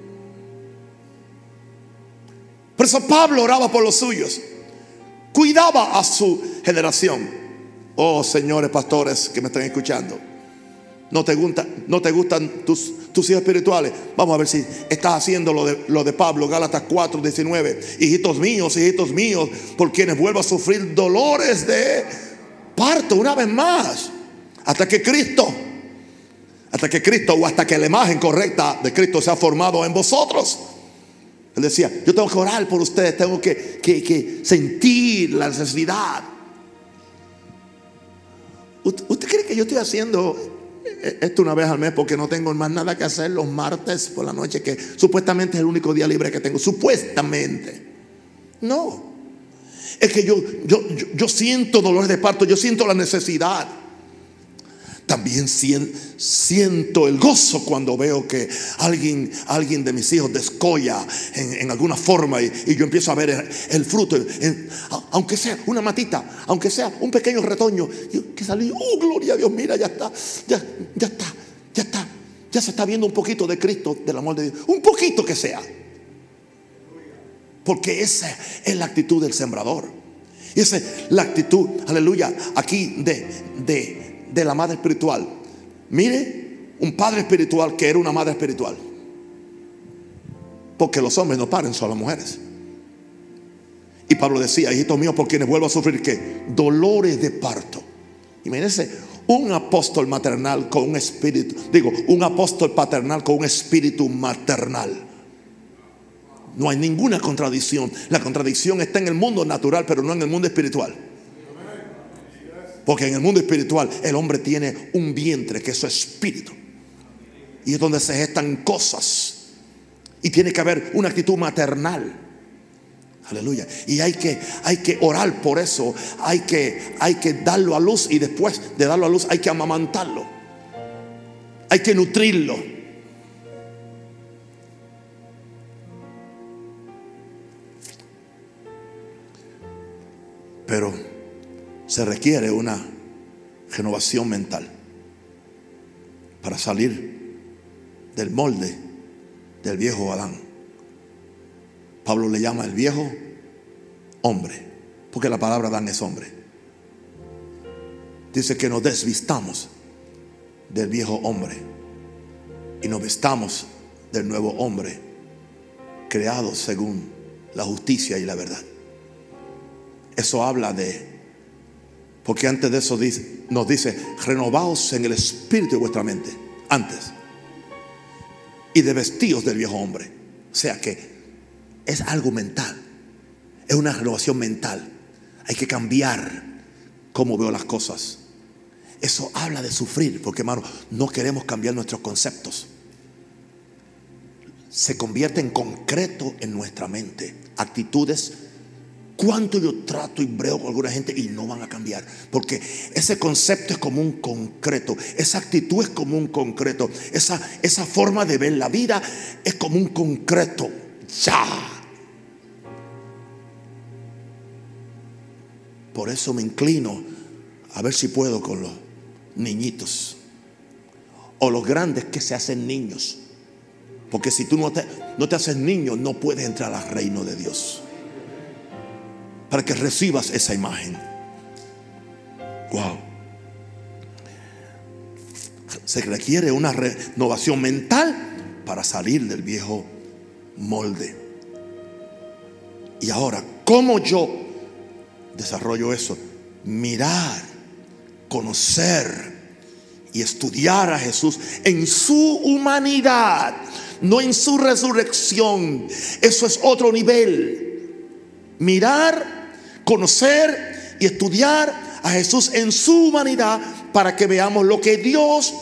Por eso Pablo oraba por los suyos, cuidaba a su generación. Oh, señores pastores que me están escuchando, ¿no te, gusta, no te gustan tus, tus hijos espirituales? Vamos a ver si estás haciendo lo de, lo de Pablo. Gálatas cuatro diecinueve. Hijitos míos, hijitos míos, por quienes vuelvo a sufrir dolores de parto una vez más, hasta que Cristo, hasta que Cristo o hasta que la imagen correcta de Cristo sea formado en vosotros. Él decía: yo tengo que orar por ustedes, tengo que, que, que sentir la necesidad. ¿Usted cree que yo estoy haciendo esto una vez al mes porque no tengo más nada que hacer los martes por la noche, que supuestamente es el único día libre que tengo? Supuestamente. No. Es que yo, yo, yo, yo siento dolores de parto, yo siento la necesidad. También siento el gozo cuando veo que alguien, alguien de mis hijos descolla en, en alguna forma y, y yo empiezo a ver el, el fruto, en, aunque sea una matita, aunque sea un pequeño retoño que salió. Oh, gloria a Dios, mira, ya está, ya, ya está, ya está, ya se está viendo un poquito de Cristo, del amor de Dios, un poquito que sea, porque esa es la actitud del sembrador. Y esa es la actitud, aleluya, aquí de, de de la madre espiritual. Mire, un padre espiritual que era una madre espiritual, porque los hombres no paren, son las mujeres. Y Pablo decía: hijitos míos, por quienes vuelvo a sufrir ¿qué? Dolores de parto. Imagínense un apóstol maternal con un espíritu, digo, un apóstol paternal con un espíritu maternal. No hay ninguna contradicción. La contradicción está en el mundo natural, pero no en el mundo espiritual. Porque en el mundo espiritual el hombre tiene un vientre que es su espíritu, y es donde se gestan cosas, y tiene que haber una actitud maternal. Aleluya. Y hay que, hay que orar por eso. Hay que, hay que darlo a luz, y después de darlo a luz hay que amamantarlo, hay que nutrirlo. Pero se requiere una renovación mental para salir del molde del viejo Adán. Pablo le llama el viejo hombre, porque la palabra Adán es hombre. Dice que nos desvistamos del viejo hombre y nos vestamos del nuevo hombre, creado según la justicia y la verdad. Eso habla de, porque antes de eso dice, nos dice: renovaos en el espíritu de vuestra mente, antes, y de vestíos del viejo hombre. O sea que es algo mental, es una renovación mental. Hay que cambiar cómo veo las cosas. Eso habla de sufrir, porque hermano, no queremos cambiar nuestros conceptos. Se convierte en concreto en nuestra mente. Actitudes. ¿Cuánto yo trato y brego con alguna gente y no van a cambiar? Porque ese concepto es como un concreto, esa actitud es como un concreto, esa, esa forma de ver la vida es como un concreto. Ya. Por eso me inclino a ver si puedo con los niñitos o los grandes que se hacen niños, porque si tú no te, no te haces niño, no puedes entrar al reino de Dios, para que recibas esa imagen. Wow. Se requiere una renovación mental para salir del viejo molde. Y ahora, ¿cómo yo desarrollo eso? Mirar, conocer y estudiar a Jesús en su humanidad, no en su resurrección. Eso es otro nivel. Mirar, conocer y estudiar a Jesús en su humanidad, para que veamos lo que Dios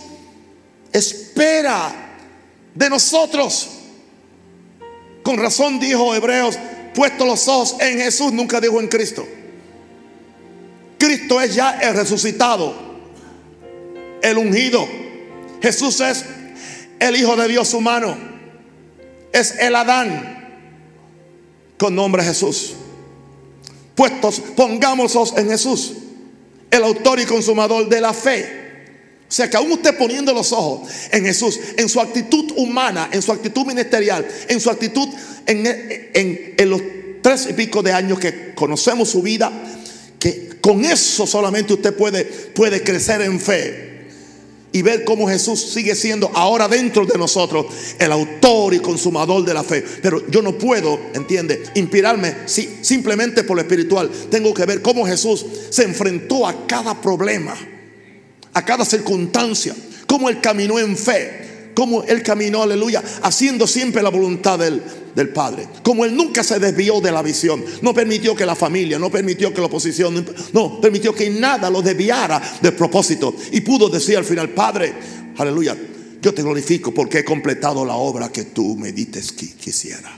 espera de nosotros. Con razón dijo Hebreos: puesto los ojos en Jesús, nunca dijo en Cristo. Cristo es ya el resucitado, el ungido. Jesús es el Hijo de Dios humano. Es el Adán con nombre Jesús. Puestos, pongámonos en Jesús, el autor y consumador de la fe. O sea que aún usted poniendo los ojos en Jesús, en su actitud humana, en su actitud ministerial, en su actitud en, en, en los tres y pico de años que conocemos su vida, que con eso solamente usted puede, puede crecer en fe y ver cómo Jesús sigue siendo ahora dentro de nosotros el autor y consumador de la fe. Pero yo no puedo, entiende, inspirarme si, simplemente por lo espiritual. Tengo que ver cómo Jesús se enfrentó a cada problema, a cada circunstancia, cómo Él caminó en fe, cómo Él caminó, aleluya, haciendo siempre la voluntad del, del Padre, como Él nunca se desvió de la visión. No permitió que la familia, no permitió que la oposición, no permitió que nada lo desviara del propósito. Y pudo decir al final: Padre, aleluya, yo te glorifico porque he completado la obra que tú me dices que quisiera.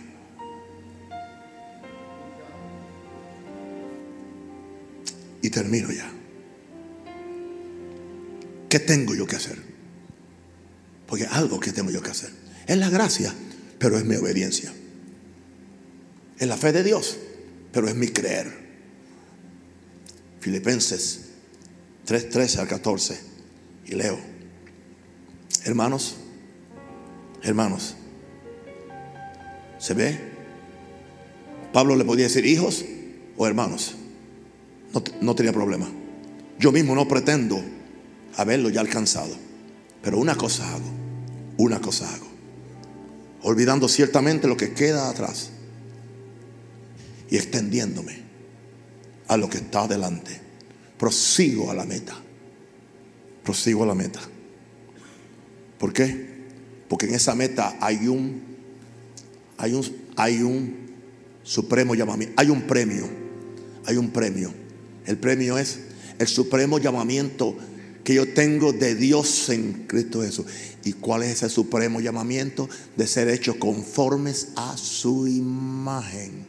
Y termino ya. ¿Qué tengo yo que hacer? Porque algo que tengo yo que hacer. Es la gracia, pero es mi obediencia. Es la fe de Dios, pero es mi creer. Filipenses tres, trece al catorce. Y leo: Hermanos, hermanos, ¿se ve? Pablo le podía decir hijos o hermanos. No, no tenía problema. Yo mismo no pretendo haberlo ya alcanzado, pero una cosa hago, una cosa hago, olvidando ciertamente lo que queda atrás y extendiéndome a lo que está adelante, prosigo a la meta, prosigo a la meta. ¿Por qué? Porque en esa meta hay un hay un hay un supremo llamamiento, hay un premio, hay un premio. El premio es el supremo llamamiento que yo tengo de Dios en Cristo Jesús. ¿Y cuál es ese supremo llamamiento? De ser hechos conformes a su imagen.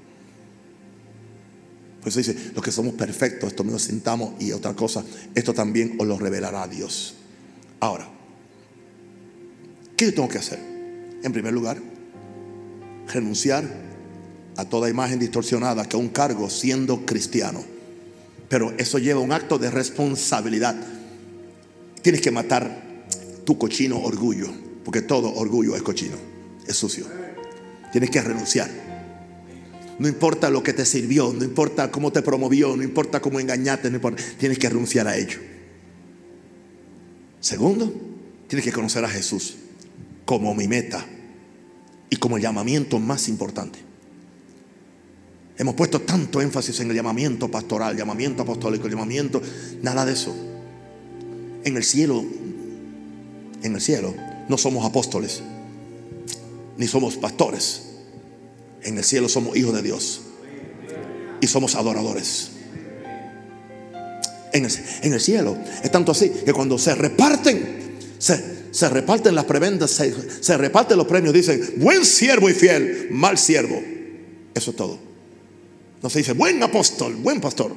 Pues dice: los que somos perfectos, esto mismo sintamos. Y otra cosa, esto también os lo revelará Dios. Ahora, ¿qué yo tengo que hacer? En primer lugar, renunciar a toda imagen distorsionada que aún cargo siendo cristiano. Pero eso lleva un acto de responsabilidad. Tienes que matar tu cochino orgullo, porque todo orgullo es cochino, es sucio. Tienes que renunciar. No importa lo que te sirvió, no importa cómo te promovió, no importa cómo engañaste, no importa. Tienes que renunciar a ello. Segundo, tienes que conocer a Jesús como mi meta y como el llamamiento más importante. Hemos puesto tanto énfasis en el llamamiento pastoral, llamamiento apostólico, llamamiento, nada de eso. En el cielo, en el cielo no somos apóstoles ni somos pastores. En el cielo somos hijos de Dios y somos adoradores. En el, en el cielo es tanto así que cuando se reparten se, se reparten las prebendas, se, se reparten los premios. Dicen: buen siervo y fiel, mal siervo. Eso es todo. No se dice buen apóstol, buen pastor.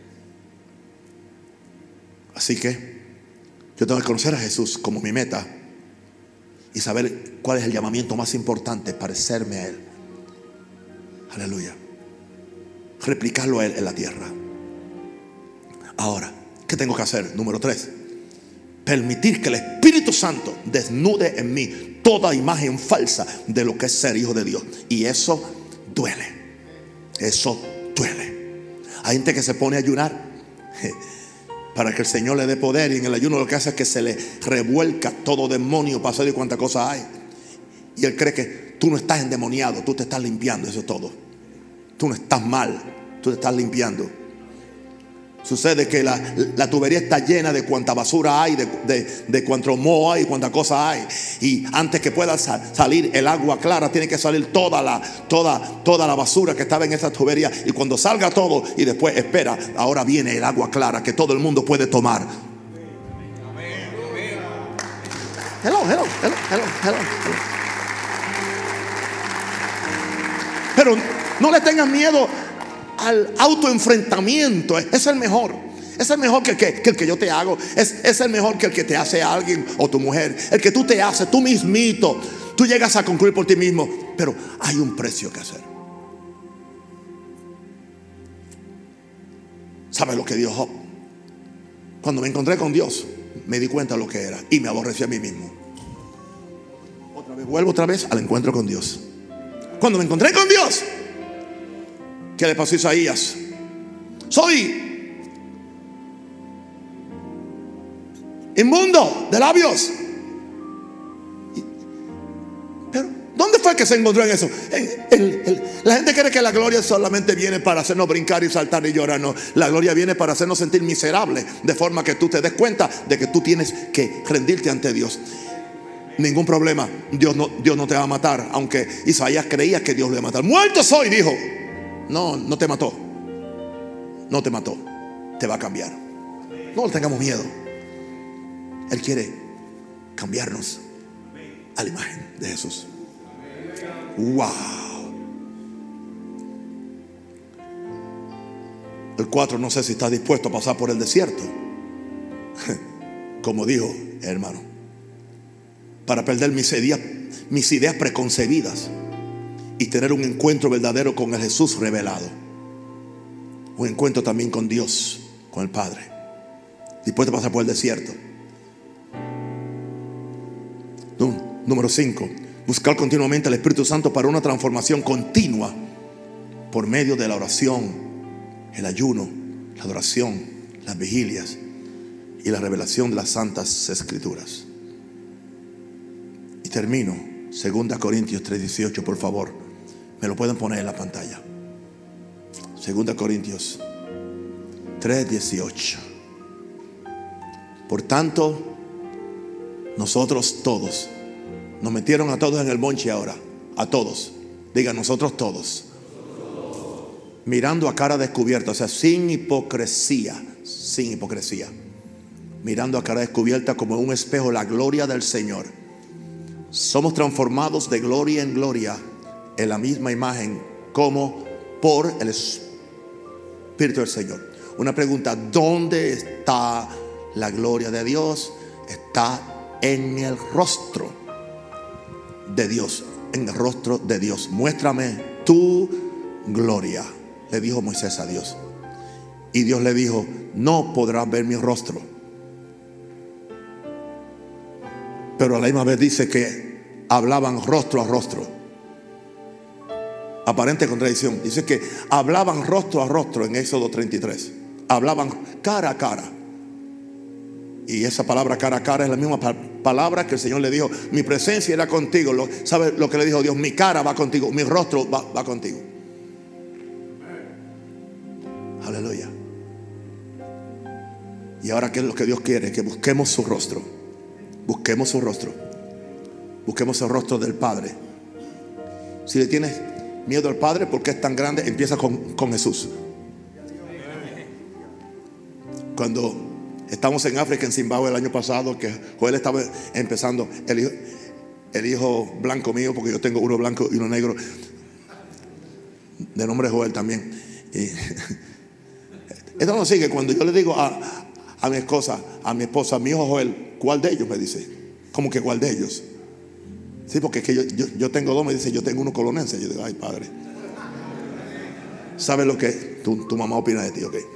Así que yo tengo que conocer a Jesús como mi meta y saber cuál es el llamamiento más importante, parecerme a Él. Aleluya. Replicarlo a Él en la tierra. Ahora, ¿qué tengo que hacer? Número tres, permitir que el Espíritu Santo desnude en mí toda imagen falsa de lo que es ser hijo de Dios. Y eso duele. Eso duele. Hay gente que se pone a ayunar para que el Señor le dé poder, y en el ayuno lo que hace es que se le revuelca todo demonio, pasado y cuánta cosa hay. Y él cree que tú no estás endemoniado, tú te estás limpiando, eso es todo. Tú no estás mal, tú te estás limpiando. Sucede que la, la tubería está llena de cuánta basura hay, de, de, de cuánto moho hay, cuánta cosa hay. Y antes que pueda sa- salir el agua clara, tiene que salir toda la, toda, toda la basura que estaba en esa tubería. Y cuando salga todo, y después espera, ahora viene el agua clara que todo el mundo puede tomar. Hello, hello, hello, hello, hello, hello. Pero No le tengas miedo al autoenfrentamiento. Es el mejor. Es el mejor que el que, que, el que yo te hago. Es, es el mejor que el que te hace alguien o tu mujer. El que tú te haces tú mismito. Tú llegas a concluir por ti mismo. Pero hay un precio que hacer. ¿Sabes lo que dijo Job? Cuando me encontré con Dios, me di cuenta de lo que era y me aborrecí a mí mismo. Otra vez, vuelvo otra vez al encuentro con Dios. Cuando me encontré con Dios, ¿qué le pasó a Isaías? Soy inmundo de labios. Pero ¿dónde fue que se encontró en eso? En, el, el, la gente cree que la gloria solamente viene para hacernos brincar y saltar y llorar. No, la gloria viene para hacernos sentir miserables, de forma que tú te des cuenta de que tú tienes que rendirte ante Dios. Ningún problema, Dios no, Dios no te va a matar. Aunque Isaías creía que Dios lo iba a matar. Muerto soy, dijo. No, no te mató. No te mató. Te va a cambiar. No le tengamos miedo. Él quiere cambiarnos a la imagen de Jesús. Wow. El cuatro, no sé si estás dispuesto a pasar por el desierto. Como dijo el hermano, para perder mis ideas, mis ideas preconcebidas y tener un encuentro verdadero con el Jesús revelado. Un encuentro también con Dios, con el Padre. Dispuesto a pasar por el desierto. Número cinco, buscar continuamente al Espíritu Santo para una transformación continua por medio de la oración, el ayuno, la adoración, las vigilias y la revelación de las santas escrituras. Y termino, segunda Corintios tres dieciocho, por favor, me lo pueden poner en la pantalla. segunda Corintios tres dieciocho. Por tanto, nosotros todos, nos metieron a todos en el bonche ahora, a todos, diga nosotros todos, mirando a cara descubierta, o sea, sin hipocresía, sin hipocresía, mirando a cara descubierta como en un espejo la gloria del Señor, somos transformados de gloria en gloria en la misma imagen como por el Espíritu del Señor. Una pregunta: ¿dónde está la gloria de Dios? Está en el rostro de Dios, en el rostro de Dios. Muéstrame tu gloria, le dijo Moisés a Dios. Y Dios le dijo: no podrás ver mi rostro. Pero a la misma vez dice que hablaban rostro a rostro. Aparente contradicción. Dice que hablaban rostro a rostro en Éxodo treinta y tres. Hablaban cara a cara. Y esa palabra cara a cara es la misma palabra que el Señor le dijo: mi presencia irá contigo. ¿Sabe lo que le dijo Dios? Mi cara va contigo, mi rostro va, va contigo. Aleluya. Y ahora, ¿qué es lo que Dios quiere? Que busquemos su rostro. Busquemos su rostro. Busquemos el rostro del Padre. Si le tienes miedo al Padre porque es tan grande, empieza con, con Jesús. Cuando estamos en África, en Zimbabue, el año pasado, que Joel estaba empezando, el hijo, el hijo blanco mío, porque yo tengo uno blanco y uno negro, de nombre Joel también. Y esto no sigue. Cuando yo le digo a, a mi esposa, a mi esposa, mi hijo Joel, ¿cuál de ellos? Me dice. ¿Cómo que cuál de ellos? Sí, porque es que yo, yo, yo tengo dos. Me dice: yo tengo uno colonense. Yo digo: ay, padre, ¿sabes lo que tu, tu mamá opina de ti? Ok.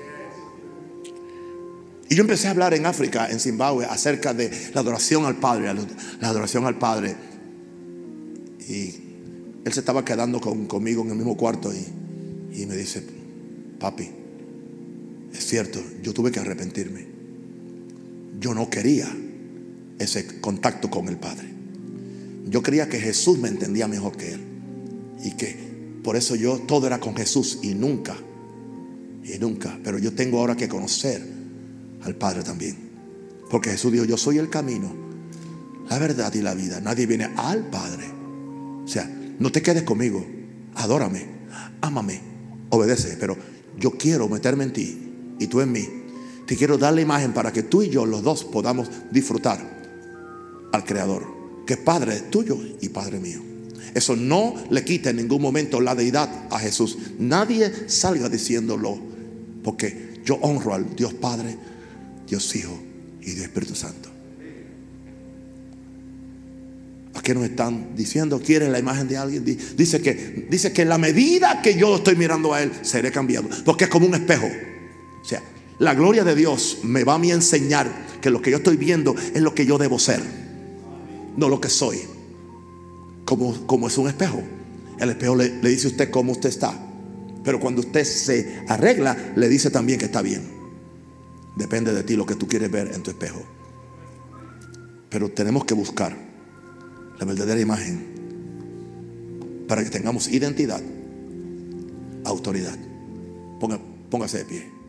Y yo empecé a hablar en África, en Zimbabue, acerca de la adoración al Padre, la adoración al Padre. Y él se estaba quedando con, conmigo en el mismo cuarto y, y me dice: papi, es cierto, yo tuve que arrepentirme. Yo no quería ese contacto con el Padre. Yo creía que Jesús me entendía mejor que él, y que por eso yo todo era con Jesús y nunca, y nunca. Pero yo tengo ahora que conocer al Padre también, porque Jesús dijo: yo soy el camino, la verdad y la vida. Nadie viene al Padre. O sea, no te quedes conmigo, adórame, ámame, obedece, pero yo quiero meterme en ti y tú en mí. Te quiero dar la imagen para que tú y yo, los dos, podamos disfrutar al Creador, que es Padre tuyo y Padre mío. Eso no le quita en ningún momento la deidad a Jesús. Nadie salga diciéndolo, porque yo honro al Dios Padre, Dios Hijo y Dios Espíritu Santo. ¿Qué nos están diciendo? ¿Quieren la imagen de alguien? Dice que, dice que en la medida que yo estoy mirando a Él, seré cambiado, porque es como un espejo. O sea, la gloria de Dios me va a mí a enseñar que lo que yo estoy viendo es lo que yo debo ser, no lo que soy. Como, como es un espejo. El espejo le, le dice a usted cómo usted está, pero cuando usted se arregla, le dice también que está bien. Depende de ti lo que tú quieres ver en tu espejo. Pero tenemos que buscar la verdadera imagen para que tengamos identidad, autoridad. Ponga, póngase de pie.